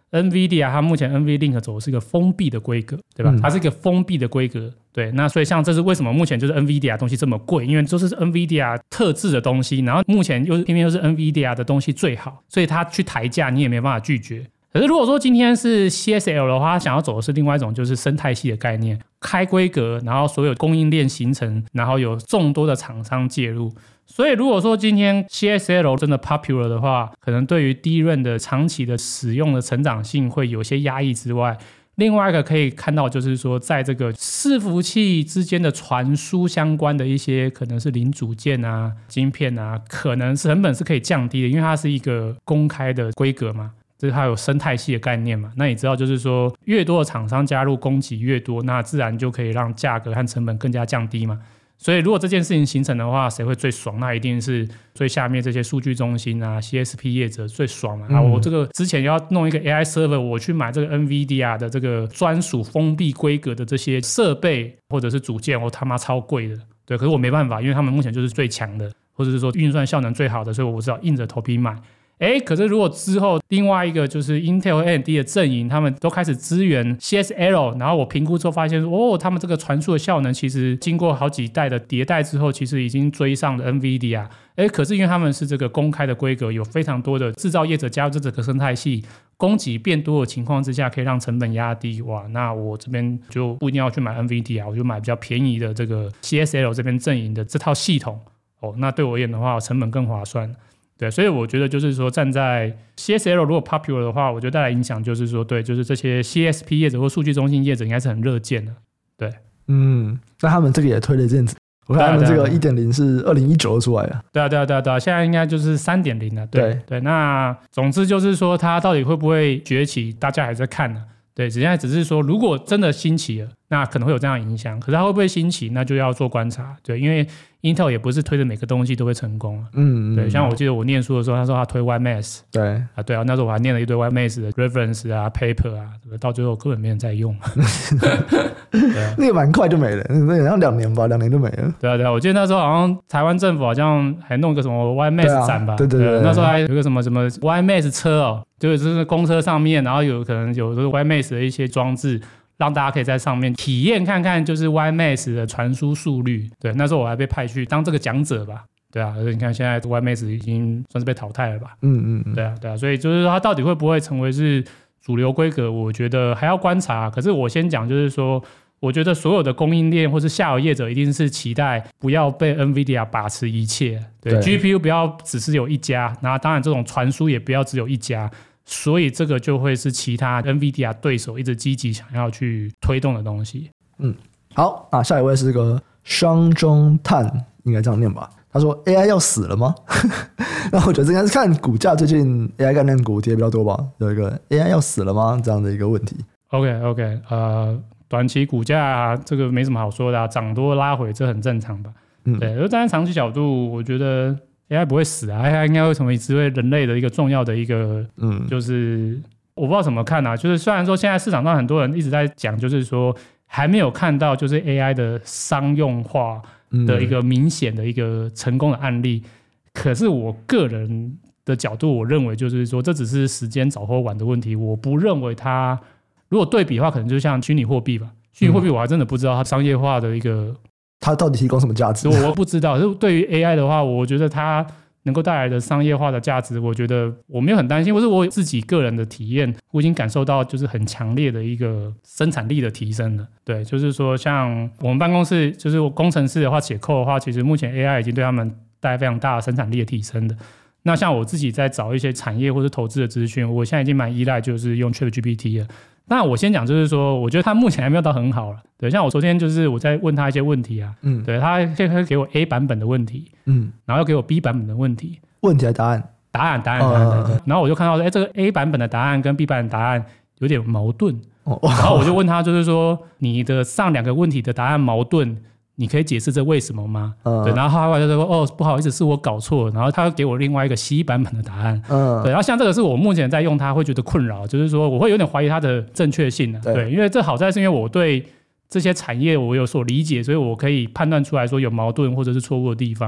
NVIDIA 它目前 NVLink 走的是一个封闭的规格，对吧、嗯、它是一个封闭的规格，对，那所以像这是为什么目前就是 NVIDIA 东西这么贵，因为都是 NVIDIA 特制的东西，然后目前又偏偏又是 NVIDIA 的东西最好，所以它去抬价你也没办法拒绝。可是如果说今天是 C S L 的话，它想要走的是另外一种就是生态系的概念，开规格，然后所有供应链形成，然后有众多的厂商介入。所以如果说今天 C S L 真的 popular 的话，可能对于第一任的长期的使用的成长性会有些压抑之外，另外一个可以看到就是说在这个伺服器之间的传输相关的一些可能是零组件啊晶片啊，可能成本是可以降低的，因为它是一个公开的规格嘛，这是它有生态系的概念嘛，那你知道就是说越多的厂商加入供给越多，那自然就可以让价格和成本更加降低嘛。所以如果这件事情形成的话，谁会最爽？那一定是最下面这些数据中心啊 C S P 业者最爽嘛、嗯、啊，我这个之前要弄一个 A I server， 我去买这个 NVIDIA 的这个专属封闭规格的这些设备或者是组件，我他妈超贵的，对，可是我没办法，因为他们目前就是最强的，或者是说运算效能最好的，所以我只好硬着头皮买。哎，可是如果之后另外一个就是 Intel A M D 的阵营，他们都开始支援 C S L， 然后我评估之后发现哦，他们这个传输的效能其实经过好几代的迭代之后，其实已经追上了 NVIDIA。哎，可是因为他们是这个公开的规格，有非常多的制造业者加入这整个生态系，供给变多的情况之下，可以让成本压低。哇，那我这边就不一定要去买 NVIDIA， 我就买比较便宜的这个 C S L 这边阵营的这套系统。哦，那对我而言的话，成本更划算。对，所以我觉得就是说，站在 C S L 如果 popular 的话，我觉得带来影响就是说，对，就是这些 C S P 业者或数据中心业者应该是很热见的。对， 嗯，那他们这个也推了一阵子，我看他们这个 一点零 是二零一九出来的。 对啊，对啊，对啊，对啊，现在应该就是 三点零 了。对 对, 对，那总之就是说，它到底会不会崛起，大家还在看呢。对，现在只是说，如果真的兴起了，那可能会有这样的影响。可是它会不会兴起，那就要做观察。对，因为 Intel 也不是推的每个东西都会成功。嗯，对，像我记得我念书的时候，他说他推 Y M A S。对啊，对啊，那时候我还念了一堆 Y M A S 的 reference 啊、paper 啊，到最后根本没人在用。对啊， 那个蛮快就没了，那好像两年吧，两年就没了。 对啊，对啊，我记得那时候好像台湾政府好像还弄个什么 Y M A S 展吧。 对啊，对对 对, 对， 那时候还有一个什么什么 Y M A S 车哦。就是公车上面，然后有可能有 Y M A S 的一些装置，让大家可以在上面体验看看，就是 Y M A S 的传输速率。对，那时候我还被派去当这个讲者吧。对啊，而且你看现在 Y M A S 已经算是被淘汰了吧？嗯嗯嗯，对啊对啊，所以就是说它到底会不会成为是主流规格，我觉得还要观察。可是我先讲，就是说，我觉得所有的供应链或是下游业者一定是期待不要被 NVIDIA 把持一切。对，对 G P U 不要只是有一家，然后当然这种传输也不要只有一家。所以这个就会是其他 NVIDIA 对手一直积极想要去推动的东西。嗯， 好，那下一位是个商中探，应该这样念吧？他说 A I 要死了吗？那我觉得这应该是看股价最近 A I 概念股跌比较多吧，有一个 A I 要死了吗这样的一个问题。 OK OK， 呃，短期股价这个没什么好说的、啊，涨多拉回这很正常吧？嗯，对。而站在长期角度，我觉得。A I 不会死啊 ，A I 应该会成为智慧人类的一个重要的一个，嗯，就是我不知道怎么看啊。就是虽然说现在市场上很多人一直在讲，就是说还没有看到就是 A I 的商用化的一个明显的一个成功的案例，嗯、可是我个人的角度，我认为就是说这只是时间早或晚的问题。我不认为它如果对比的话，可能就像虚拟货币吧。虚拟货币我还真的不知道它商业化的一个。 它到底提供什么价值？ 我不知道。对于 A I 的话，我觉得它能够带来的商业化的价值，我觉得我没有很担心，或是我自己个人的体验，我已经感受到就是很强烈的一个生产力的提升了。对，就是说像我们办公室，就是我工程师的话，写code的话，其实目前 A I 已经对他们带来非常大的生产力的提升的。那像我自己在找一些产业或是投资的资讯，我现在已经蛮依赖就是用 ChatGPT 了。那我先讲，就是说，我觉得他目前还没有到很好了。对，像我昨天就是我在问他一些问题啊，嗯，对，他可以给我 A 版本的问题，嗯，然后又给我 B 版本的问题， 问题还答案， 答案，答案，答案，对、呃。然后我就看到说，哎，这个 A 版本的答案跟 B 版本的答案有点矛盾，哦、然后我就问他，就是说，你的上两个问题的答案矛盾。你可以解释这为什么吗？嗯、对，然后他后来就说：“哦，不好意思，是我搞错了。”然后他又给我另外一个 C 版本的答案。嗯，对，然后像这个是我目前在用它会觉得困扰，就是说我会有点怀疑它的正确性、啊、对, 对，因为这好在是因为我对这些产业我有所理解，所以我可以判断出来说有矛盾或者是错误的地方。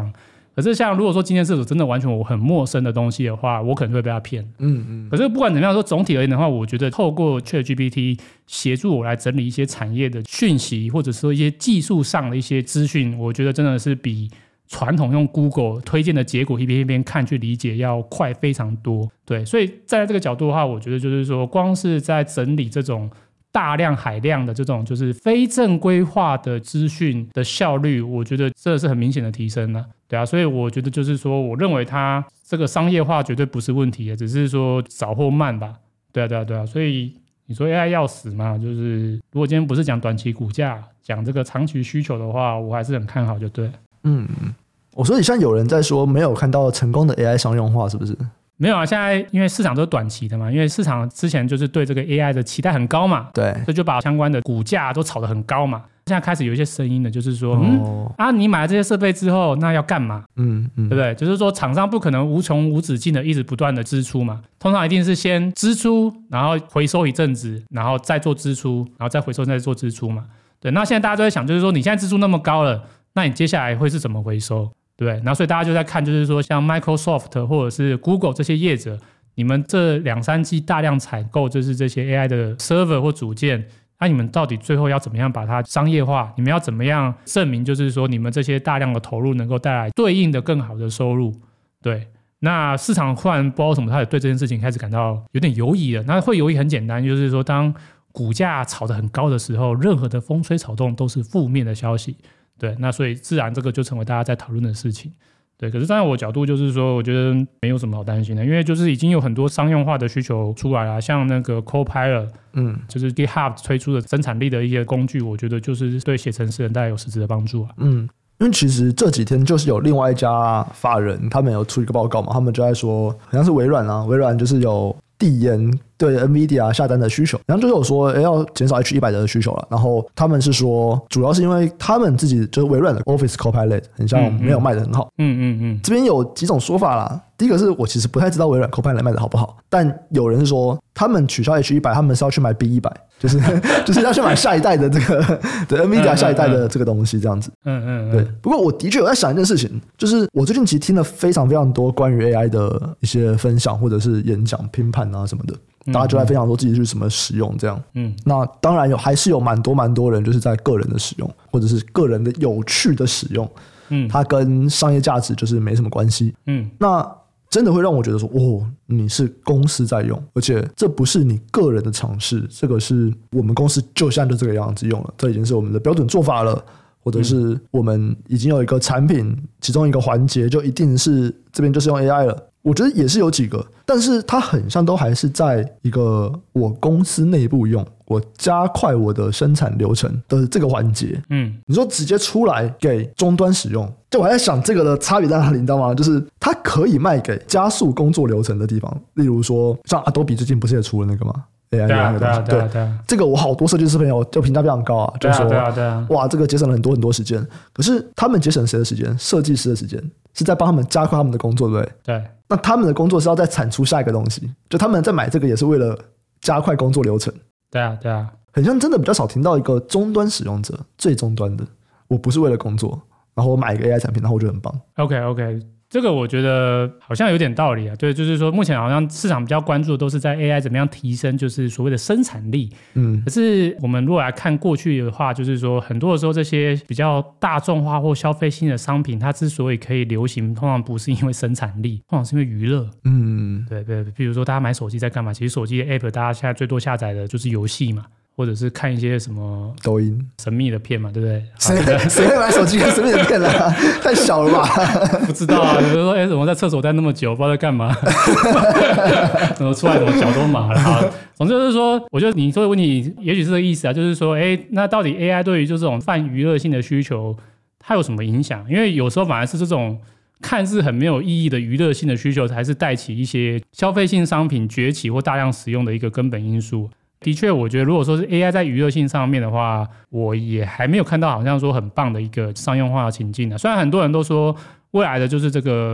可是像如果说今天是真的完全我很陌生的东西的话，我可能会被他骗。 嗯嗯。 可是不管怎么样说，总体而言的话，我觉得透过 ChatGPT 协助我来整理一些产业的讯息，或者说一些技术上的一些资讯，我觉得真的是比传统用 Google 推荐的结果一边一边看去理解要快非常多。对，所以站在这个角度的话，我觉得就是说，光是在整理这种大量海量的这种就是非正规化的资讯的效率，我觉得这是很明显的提升了。对啊，所以我觉得就是说，我认为它这个商业化绝对不是问题，只是说早或慢吧。对啊，对啊，对啊，所以你说 A I 要死嘛？就是如果今天不是讲短期股价，讲这个长期需求的话，我还是很看好，就对。 嗯，我所以像有人在说没有看到成功的 A I 商用化，是不是？ 没有啊，现在因为市场都是短期的嘛，因为市场之前就是对这个 A I 的期待很高嘛， 对， 所以就把相关的股价都炒得很高嘛。现在开始有一些声音的，就是说，哦、嗯啊，你买了这些设备之后，那要干嘛？嗯嗯，对不对？就是说，厂商不可能无穷无止境的一直不断的支出嘛，通常一定是先支出，然后回收一阵子，然后再做支出，然后再回收再做支出嘛。对，那现在大家都在想，就是说，你现在支出那么高了，那你接下来会是怎么回收？对不对？然后所以大家就在看，就是说，像 Microsoft 或者是 Google 这些业者，你们这两三季大量采购就是这些 A I 的 server 或组件。那、啊、你们到底最后要怎么样把它商业化？你们要怎么样证明，就是说你们这些大量的投入能够带来对应的更好的收入？对，那市场忽然不知道为什么，他也对这件事情开始感到有点犹疑了。那会犹疑很简单，就是说当股价炒得很高的时候，任何的风吹草动都是负面的消息。对，那所以自然这个就成为大家在讨论的事情。对，可是站在我角度就是说，我觉得没有什么好担心的，因为就是已经有很多商用化的需求出来了，像那个 Copilot， 嗯，就是 GitHub 推出的生产力的一些工具，我觉得就是对写程式人带来有实质的帮助啊。嗯， 因为其实这几天就是有另外一家法人，他们有出一个报告嘛，他们就在说，好像是微软啊，微软就是有递延对 NVIDIA 下单的需求，然后就是有说要减少 H 一百 的需求了，然后他们是说主要是因为他们自己就是微软的 Office Copilot 很像没有卖得很好。嗯嗯嗯，这边有几种说法啦。第一个是我其实不太知道微软 Copilot 卖得好不好，但有人是说他们取消 H 一百，他们是要去买 B 一百，就是就是要去买下一代的这个对 NVIDIA 下一代的这个东西这样子。嗯嗯，对。不过我的确有在想一件事情，就是我最近其实听了非常非常多关于 A I 的一些分享或者是演讲评判啊什么的。大家就在分享说自己是什么使用这样，嗯，那当然有还是有蛮多蛮多人就是在个人的使用或者是个人的有趣的使用，嗯，它跟商业价值就是没什么关系，嗯，那真的会让我觉得说，哦，你是公司在用，而且这不是你个人的尝试，这个是我们公司就像就这个样子用了，这已经是我们的标准做法了，或者是我们已经有一个产品，其中一个环节就一定是这边就是用 A I 了。我觉得也是有几个，但是它很像都还是在一个我公司内部用，我加快我的生产流程的这个环节。嗯，你说直接出来给终端使用，就我还在想这个的差别在哪里，你知道吗？就是它可以卖给加速工作流程的地方，例如说像 Adobe 最近不是也出了那个吗？A I 对啊， 对啊， 对啊，对啊， 这个我好多设计师朋友就评价非常高啊，就说对啊，对啊， 哇，这个节省了很多很多时间。可是他们节省谁的时间？设计师的时间，是在帮他们加快他们的工作，对不对？ 对。 那他们的工作是要再产出下一个东西，就他们在买这个也是为了加快工作流程。 对啊，对啊， 很像真的比较少听到一个终端使用者，最终端的，我不是为了工作，然后我买一个 A I 产品，然后我就很棒。 OK OK。这个我觉得好像有点道理啊，对，就是说目前好像市场比较关注的都是在 A I 怎么样提升，就是所谓的生产力。嗯，可是我们如果来看过去的话，就是说很多的时候这些比较大众化或消费性的商品，它之所以可以流行，通常不是因为生产力，通常是因为娱乐。嗯，对对，比如说大家买手机在干嘛？其实手机的 App 大家现在最多下载的就是游戏嘛。或者是看一些什么抖音神秘的片嘛，对不对？ 谁谁会买手机看神秘的片啦？太小了吧？ 不知道啊，有人说，哎，怎么在厕所待那么久，不知道在干嘛？怎么出来，怎么脚都麻了？总之就是说，我觉得你说的问题，也许是这个意思啊，就是说，哎，那到底 A I 对于就这种泛娱乐性的需求，它有什么影响？因为有时候反而是这种看似很没有意义的娱乐性的需求，才是带起一些消费性商品崛起或大量使用的一个根本因素。的确，我觉得如果说是 A I 在娱乐性上面的话，我也还没有看到好像说很棒的一个商用化的情境啊。虽然很多人都说未来的就是这个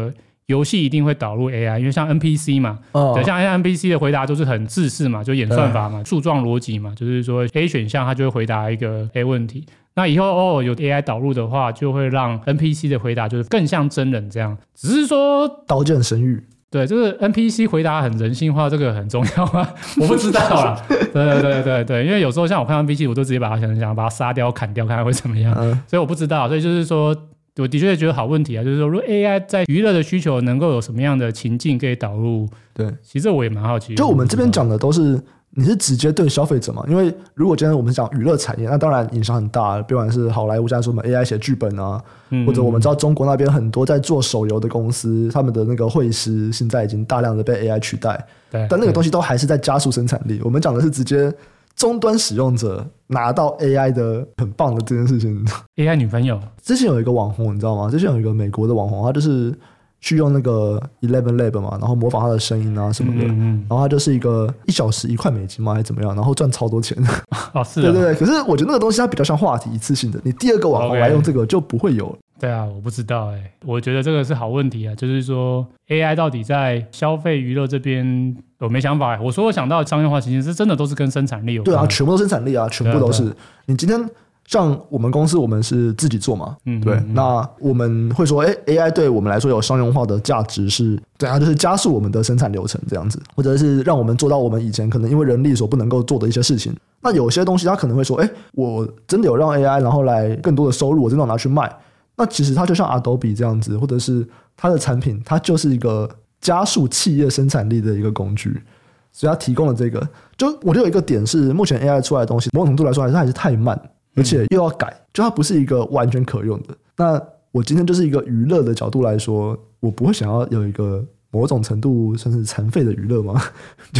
游戏一定会导入 A I， 因为像 N P C 嘛，哦、对，像 N P C 的回答都是很制式嘛，就演算法嘛，树状逻辑嘛，就是说 A 选项它就会回答一个 A 问题。那以后哦有 A I 导入的话，就会让 N P C 的回答就是更像真人这样。只是说刀剑神域， 对，这个 N P C 回答很人性化，这个很重要吗？我不知道啦。对对对对对，因为有时候像我看 N P C， 我都直接把它想想把它杀掉、砍掉，看看会怎么样。嗯、所以我不知道，所以就是说，我的确觉得好问题啊，就是说，如果 A I 在娱乐的需求能够有什么样的情境可以导入？对，其实我也蛮好奇的。 就我们这边讲的都是。你是直接对消费者嘛？因为如果今天我们讲娱乐产业，那当然影响很大，不管是好莱坞，像说我们 A I 写剧本啊，嗯、或者我们知道中国那边很多在做手游的公司，他们的那个绘师现在已经大量的被 A I 取代，对，但那个东西都还是在加速生产力。我们讲的是直接终端使用者拿到 A I 的很棒的这件事情。 A I 女朋友之前有一个网红，你知道吗？之前有一个美国的网红，他就是去用那个 Eleven Lab 嘛，然后模仿他的声音啊什么的，嗯嗯然后他就是一个一小时一块美金嘛，还是怎么样，然后赚超多钱。 哦，是、啊， 对对对。可是我觉得那个东西它比较像话题一次性的，你第二个网红来用这个就不会有了。 Okay. 对啊，我不知道哎、欸，我觉得这个是好问题啊，就是说 A I 到底在消费娱乐这边我没想法、欸。我说我想到商业化，其实是真的都是跟生产力有关。 对啊，全部都生产力啊，全部都是。你今天。像我们公司，我们是自己做嘛，嗯，对，嗯、那我们会说，哎 ，A I 对我们来说有商用化的价值是，对啊，就是加速我们的生产流程这样子，或者是让我们做到我们以前可能因为人力所不能够做的一些事情。那有些东西，他可能会说，哎，我真的有让 A I 然后来更多的收入，我真的拿去卖。那其实它就像 Adobe 这样子，或者是它的产品，它就是一个加速企业生产力的一个工具。所以它提供了这个，就我就有一个点是，目前 A I 出来的东西，某种程度来说还是还是太慢。而且又要改，就它不是一个完全可用的。那我今天就是一个娱乐的角度来说，我不会想要有一个某种程度算是残废的娱乐吗？就是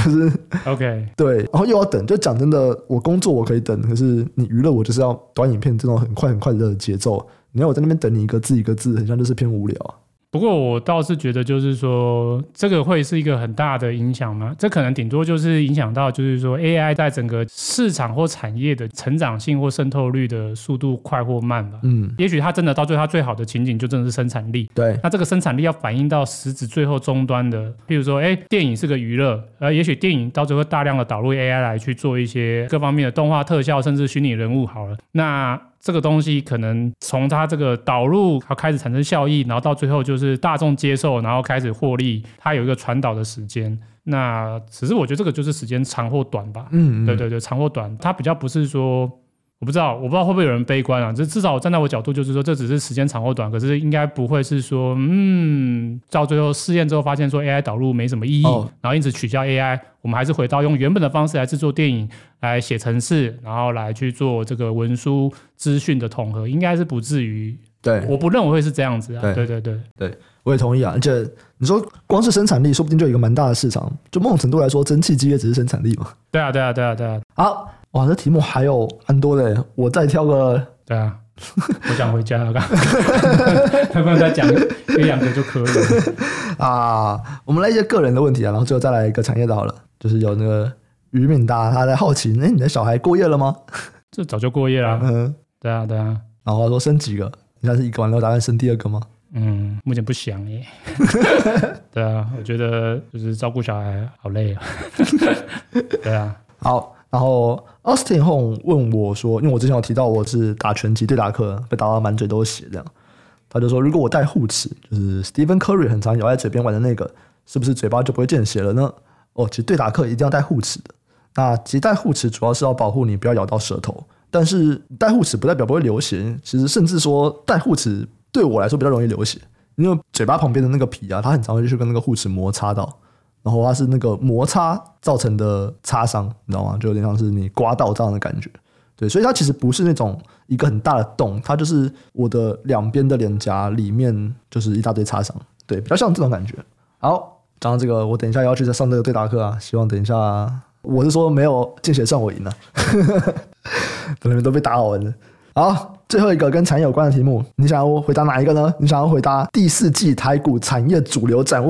OK 对，然后又要等。就讲真的，我工作我可以等，可是你娱乐我就是要短影片这种很快很快的节奏。你要我在那边等你一个字一个字，很像就是偏无聊啊。 不过我倒是觉得就是说这个会是一个很大的影响吗？这可能顶多就是影响到就是说 A I 在整个市场或产业的成长性或渗透率的速度快或慢吧。嗯，也许它真的到最后它最好的情景就真的是生产力。 对， 那这个生产力要反映到实质最后终端的，譬如说哎，电影是个娱乐，呃，也许电影到最后大量的导入 A I 来去做一些各方面的动画特效甚至虚拟人物好了，那这个东西可能从它这个导入它开始产生效益，然后到最后就是大众接受，然后开始获利，它有一个传导的时间。那只是我觉得这个就是时间长或短吧。嗯, 嗯，对对对，长或短，它比较不是说。我不知道，我不知道会不会有人悲观啊？这至少站在我角度就是说，这只是时间长或短，可是应该不会是说，嗯，到最后试验之后发现说 A I 导入没什么意义，哦、然后因此取消 A I， 我们还是回到用原本的方式来制作电影，来写程式，然后来去做这个文书资讯的统合，应该是不至于。对，我不认为会是这样子啊。对对对对对，我也同意啊。而且你说光是生产力，说不定就有一个蛮大的市场。就某种程度来说，蒸汽机也只是生产力嘛。 对啊对啊对啊对啊。 好。哇，这题目还有蛮多的，我再挑个。 对啊，我想回家了，要不然再讲一两个就可以了啊。我们来一些个人的问题啊，然后最后再来一个产业的好了，就是有那个于敏达他在好奇，哎，你的小孩过夜了吗？ 这早就过夜了。嗯，对啊对啊。 然后他说生几个？你现在是一个完了，打算生第二个吗？ 嗯，目前不想耶。对啊，我觉得就是照顾小孩好累啊。对啊， 好。然后 Austin Hong 问我说，因为我之前有提到我是打拳击对打课被打到满嘴都是血这样，他就说如果我戴护齿，就是 Stephen Curry 很常咬在嘴边玩的那个，是不是嘴巴就不会见血了呢？哦，其实对打课一定要戴护齿的。那其实戴护齿主要是要保护你不要咬到舌头，但是戴护齿不代表不会流血，其实甚至说戴护齿对我来说比较容易流血，因为嘴巴旁边的那个皮啊，它很常会去跟那个护齿摩擦到。然后它是那个摩擦造成的擦伤，你知道吗？就有点像是你刮到这样的感觉。对，所以它其实不是那种一个很大的洞，它就是我的两边的脸颊里面就是一大堆擦伤。对，比较像这种感觉。好，讲到这个，我等一下要去再上这个对打课啊，希望等一下，我是说没有见血算我赢了，可能都被打好完了。好，最后一个跟产业有关的题目，你想要回答哪一个呢？你想要回答第四季台股产业主流展望，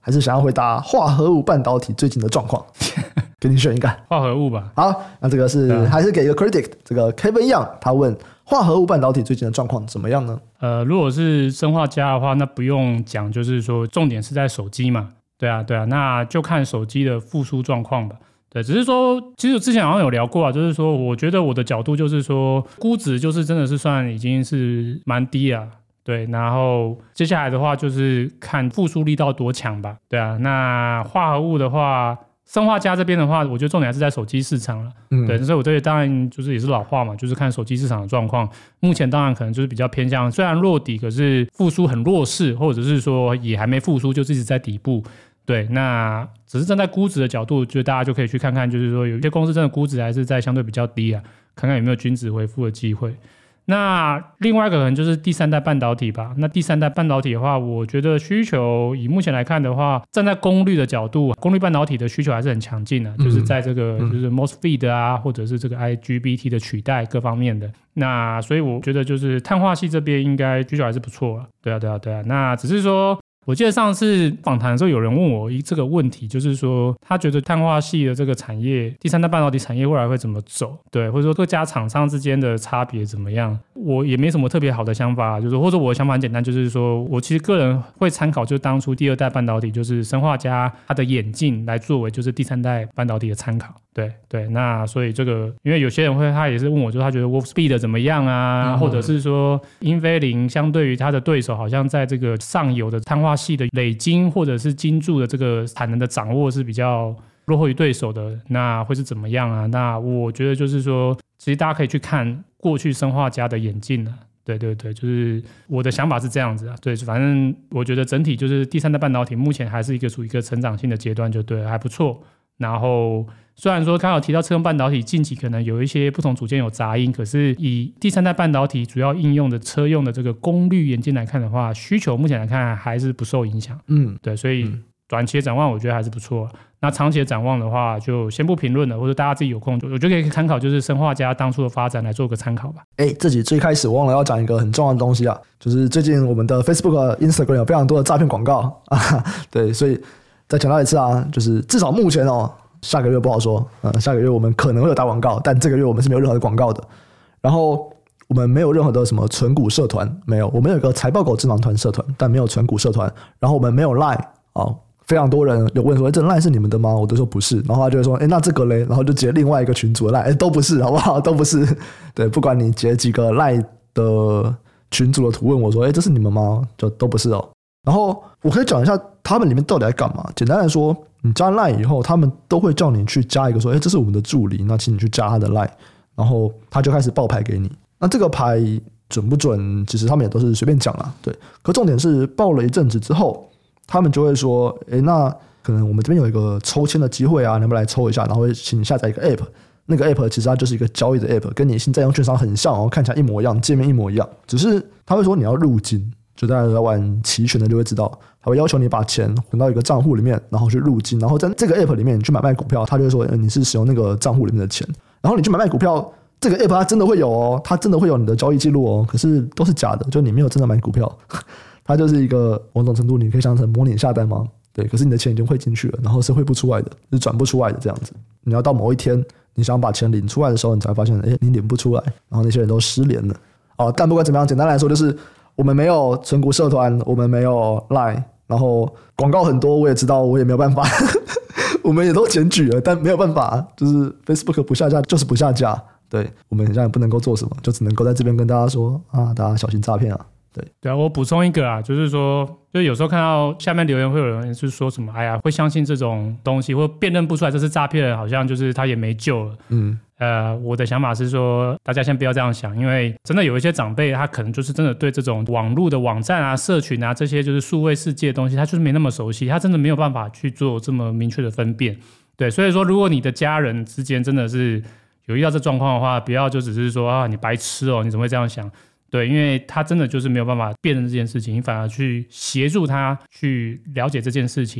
还是想要回答化合物半导体最近的状况？给你选一个， 化合物吧。 好，那这个是、啊、还是给一个 credit， 这个 Kevin Young 他问化合物半导体最近的状况怎么样呢？ 呃，如果是生化家的话，那不用讲，就是说重点是在手机嘛。对啊，对啊，那就看手机的复苏状况吧。对，只是说，其实之前好像有聊过啊，就是说，我觉得我的角度就是说，估值就是真的是算已经是蛮低啊。对，然后接下来的话就是看复苏力道多强吧。对啊，那化合物的话，生化家这边的话，我觉得重点还是在手机市场了。嗯，对，所以我对当然就是也是老话嘛，就是看手机市场的状况。目前当然可能就是比较偏向，虽然落底，可是复苏很弱势，或者是说也还没复苏，就是一直在底部。对，那只是站在估值的角度，就大家就可以去看看，就是说有些公司真的估值还是在相对比较低啊，看看有没有均值回复的机会。那另外一个可能就是第三代半导体吧。那第三代半导体的话，我觉得需求以目前来看的话，站在功率的角度，功率半导体的需求还是很强劲的、啊嗯，就是在这个就是 MOSFET 啊，或者是这个 I G B T 的取代各方面的。那所以我觉得就是碳化系这边应该需求还是不错了。对啊，对啊，对啊。那只是说，我记得上次访谈的时候，有人问我这个问题，就是说他觉得碳化系的这个产业，第三代半导体产业未来会怎么走？对，或者说各家厂商之间的差别怎么样？我也没什么特别好的想法，就是或者我的想法很简单，就是说我其实个人会参考，就是当初第二代半导体，就是生化家它的演进来作为就是第三代半导体的参考。对对，那所以这个，因为有些人会，他也是问我，就他觉得 Wolfspeed 怎么样啊、嗯，或者是说英飞凌相对于他的对手，好像在这个上游的碳化系的累晶或者是晶柱的这个产能的掌握是比较落后于对手的，那会是怎么样啊？那我觉得就是说，其实大家可以去看过去生化家的演进啊。对对对，就是我的想法是这样子啊。对，反正我觉得整体就是第三代半导体目前还是一个属于一个成长性的阶段，就对了，还不错。然后虽然说刚好提到车用半导体近期可能有一些不同组件有杂音，可是以第三代半导体主要应用的车用的这个功率元件来看的话，需求目前来看还是不受影响。嗯，对，所以短期的展望我觉得还是不错。那长期的展望的话就先不评论了，或者大家自己有空我觉得可以参考，就是生化家当初的发展来做个参考吧。 哎，自己最开始忘了要讲一个很重要的东西啊，就是最近我们的 Facebook、Instagram 有非常多的诈骗广告啊，对，所以再强调一次啊，就是至少目前哦。下个月不好说、呃、下个月我们可能会有打广告，但这个月我们是没有任何的广告的。然后我们没有任何的什么存股社团，没有，我们有一个财报狗智囊团社团，但没有存股社团。然后我们没有 Line、哦、非常多人有问说这 Line 是你们的吗？我都说不是，然后他就会说那这个嘞，然后就截另外一个群组的 Line， 都不是，好不好？都不是。对，不管你截几个 Line 的群组的图问我说这是你们吗？就都不是哦。然后我可以讲一下他们里面到底在干嘛。简单来说，你加 Line 以后，他们都会叫你去加一个说，哎，这是我们的助理，那请你去加他的 Line， 然后他就开始报牌给你。那这个牌准不准，其实他们也都是随便讲啦，对。可重点是报了一阵子之后，他们就会说，哎，那可能我们这边有一个抽签的机会啊，能不能来抽一下？然后会请你下载一个 App， 那个 App 其实它就是一个交易的 App， 跟你现在用券商很像哦，看起来一模一样，界面一模一样，只是他会说你要入金。就大家在玩期权的就会知道，他会要求你把钱存到一个账户里面，然后去入金，然后在这个 app 里面你去买卖股票，他就会说你是使用那个账户里面的钱，然后你去买卖股票，这个 app 它真的会有哦，它真的会有你的交易记录哦，可是都是假的，就你没有真的买股票，它就是一个某种程度你可以想成模拟下单吗？对，可是你的钱已经汇进去了，然后是汇不出来的，是转不出来的这样子。你要到某一天你想把钱领出来的时候，你才会发现，哎，你领不出来，然后那些人都失联了。哦，但不管怎么样，简单来说就是我们没有存股社团，我们没有 Line， 然后广告很多，我也知道，我也没有办法，我们也都检举了，但没有办法，就是 Facebook 不下架就是不下架，对，我们现在也不能够做什么，就只能够在这边跟大家说啊，大家小心诈骗啊。对对啊，我补充一个啊，就是说，就有时候看到下面留言会有人是说什么，哎呀，会相信这种东西，或辨认不出来这是诈骗，好像就是他也没救了。嗯，呃，我的想法是说，大家先不要这样想，因为真的有一些长辈，他可能就是真的对这种网络的网站啊、社群啊这些就是数位世界的东西，他就是没那么熟悉，他真的没有办法去做这么明确的分辨。对，所以说，如果你的家人之间真的是有遇到这状况的话，不要就只是说啊，你白痴哦，你怎么会这样想？对，因为他真的就是没有办法辨认这件事情，你反而去协助他去了解这件事情。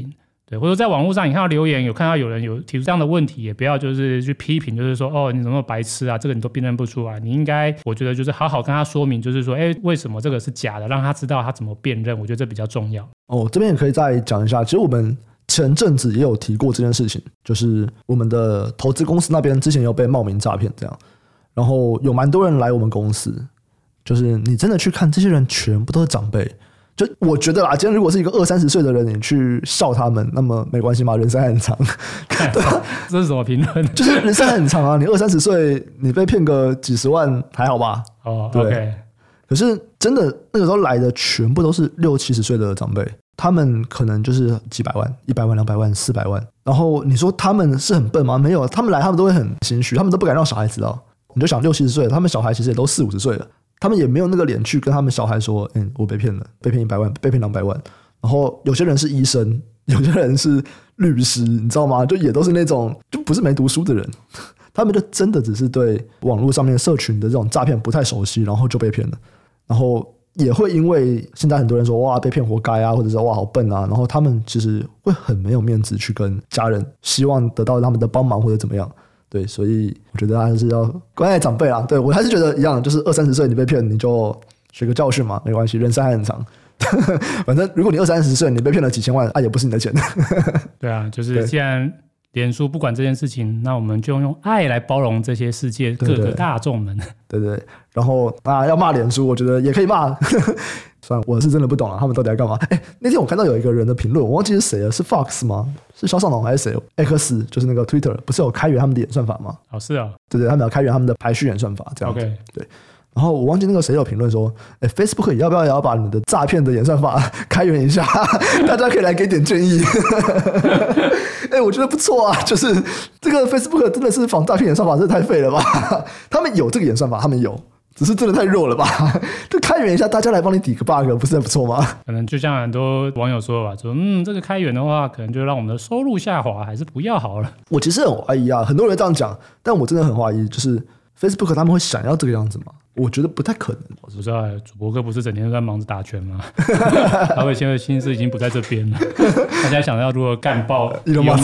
对，或者在网络上你看到留言，有看到有人有提出这样的问题，也不要就是去批评，就是说哦你怎么白痴啊，这个你都辨认不出来。你应该我觉得就是好好跟他说明，就是说哎为什么这个是假的，让他知道他怎么辨认，我觉得这比较重要。 哦，这边也可以再讲一下，其实我们前阵子也有提过这件事情，就是我们的投资公司那边之前有被冒名诈骗这样，然后有蛮多人来我们公司，就是你真的去看这些人全部都是长辈。就我觉得啦，今天如果是一个二三十岁的人，你去笑他们，那么没关系嘛，人生还很长。对啊， 这是什么评论？ 就是人生还很长啊，你二三十岁，你被骗个几十万还好吧？ 哦，对。Okay. 可是真的那个时候来的全部都是六七十岁的长辈，他们可能就是几百万、一百万、两百万、四百万。然后你说他们是很笨吗？没有，他们来他们都会很心虚，他们都不敢让小孩知道。你就想六七十岁，他们小孩其实也都四五十岁了。他们也没有那个脸去跟他们小孩说，嗯，我被骗了，被骗一百万，被骗两百万。然后有些人是医生，有些人是律师，你知道吗？就也都是那种就不是没读书的人，他们就真的只是对网络上面社群的这种诈骗不太熟悉，然后就被骗了。然后也会因为现在很多人说哇被骗活该啊，或者是哇好笨啊，然后他们其实会很没有面子去跟家人希望得到他们的帮忙或者怎么样。对，所以我觉得还是要关爱长辈啦。对，我还是觉得一样，就是二三十岁你被骗，你就学个教训嘛，没关系，人生还很长。反正如果你二三十岁你被骗了几千万，啊也不是你的钱。 对啊，就是既然脸书不管这件事情，那我们就用爱来包容这些世界各个大众们。 对 对, 对，然后啊要骂脸书，我觉得也可以骂。算了，我是真的不懂了，他们到底在干嘛？哎，那天我看到有一个人的评论，我忘记是谁了，是 Fox 吗？是肖尚龙还是谁 ？X 就是那个 Twitter 不是有开源他们的演算法吗？ 哦，是啊， 对对，他们有开源他们的排序演算法，这样子。 Okay. 对。然后我忘记那个谁有评论说，哎 ，Facebook 要不要也要把你的诈骗的演算法开源一下？大家可以来给点建议。哎，我觉得不错啊，就是这个 Facebook 真的是防诈骗演算法，真的太废了吧？他们有这个演算法，他们有。只是真的太弱了吧？就开源一下，大家来帮你抵个 bug， 不是很不错吗？ 可能就像很多网友说吧，说嗯，这个开源的话，可能就让我们的收入下滑，还是不要好了。 我其实很怀疑啊，很多人这样讲，但我真的很怀疑，就是 Facebook 他们会想要这个样子吗？我觉得不太可能。 我不知道，主播哥不是整天都在忙着打拳吗？他会现在心思已经不在这边了，他现在想要如何干爆 Elon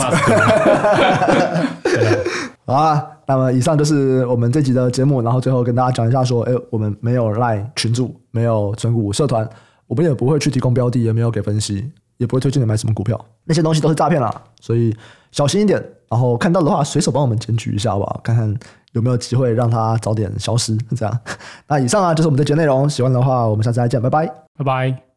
Musk。对啊。 好啊，那么以上就是我们这集的节目，然后最后跟大家讲一下说，哎，我们没有 LINE 群组，没有存股社团，我们也不会去提供标的，也没有给分析，也不会推荐你买什么股票，那些东西都是诈骗啦，所以小心一点。然后看到的话，随手帮我们检举一下好不好？看看有没有机会让它早点消失。这样，那以上啊就是我们这集内容，喜欢的话我们下次再见，拜拜， 拜拜。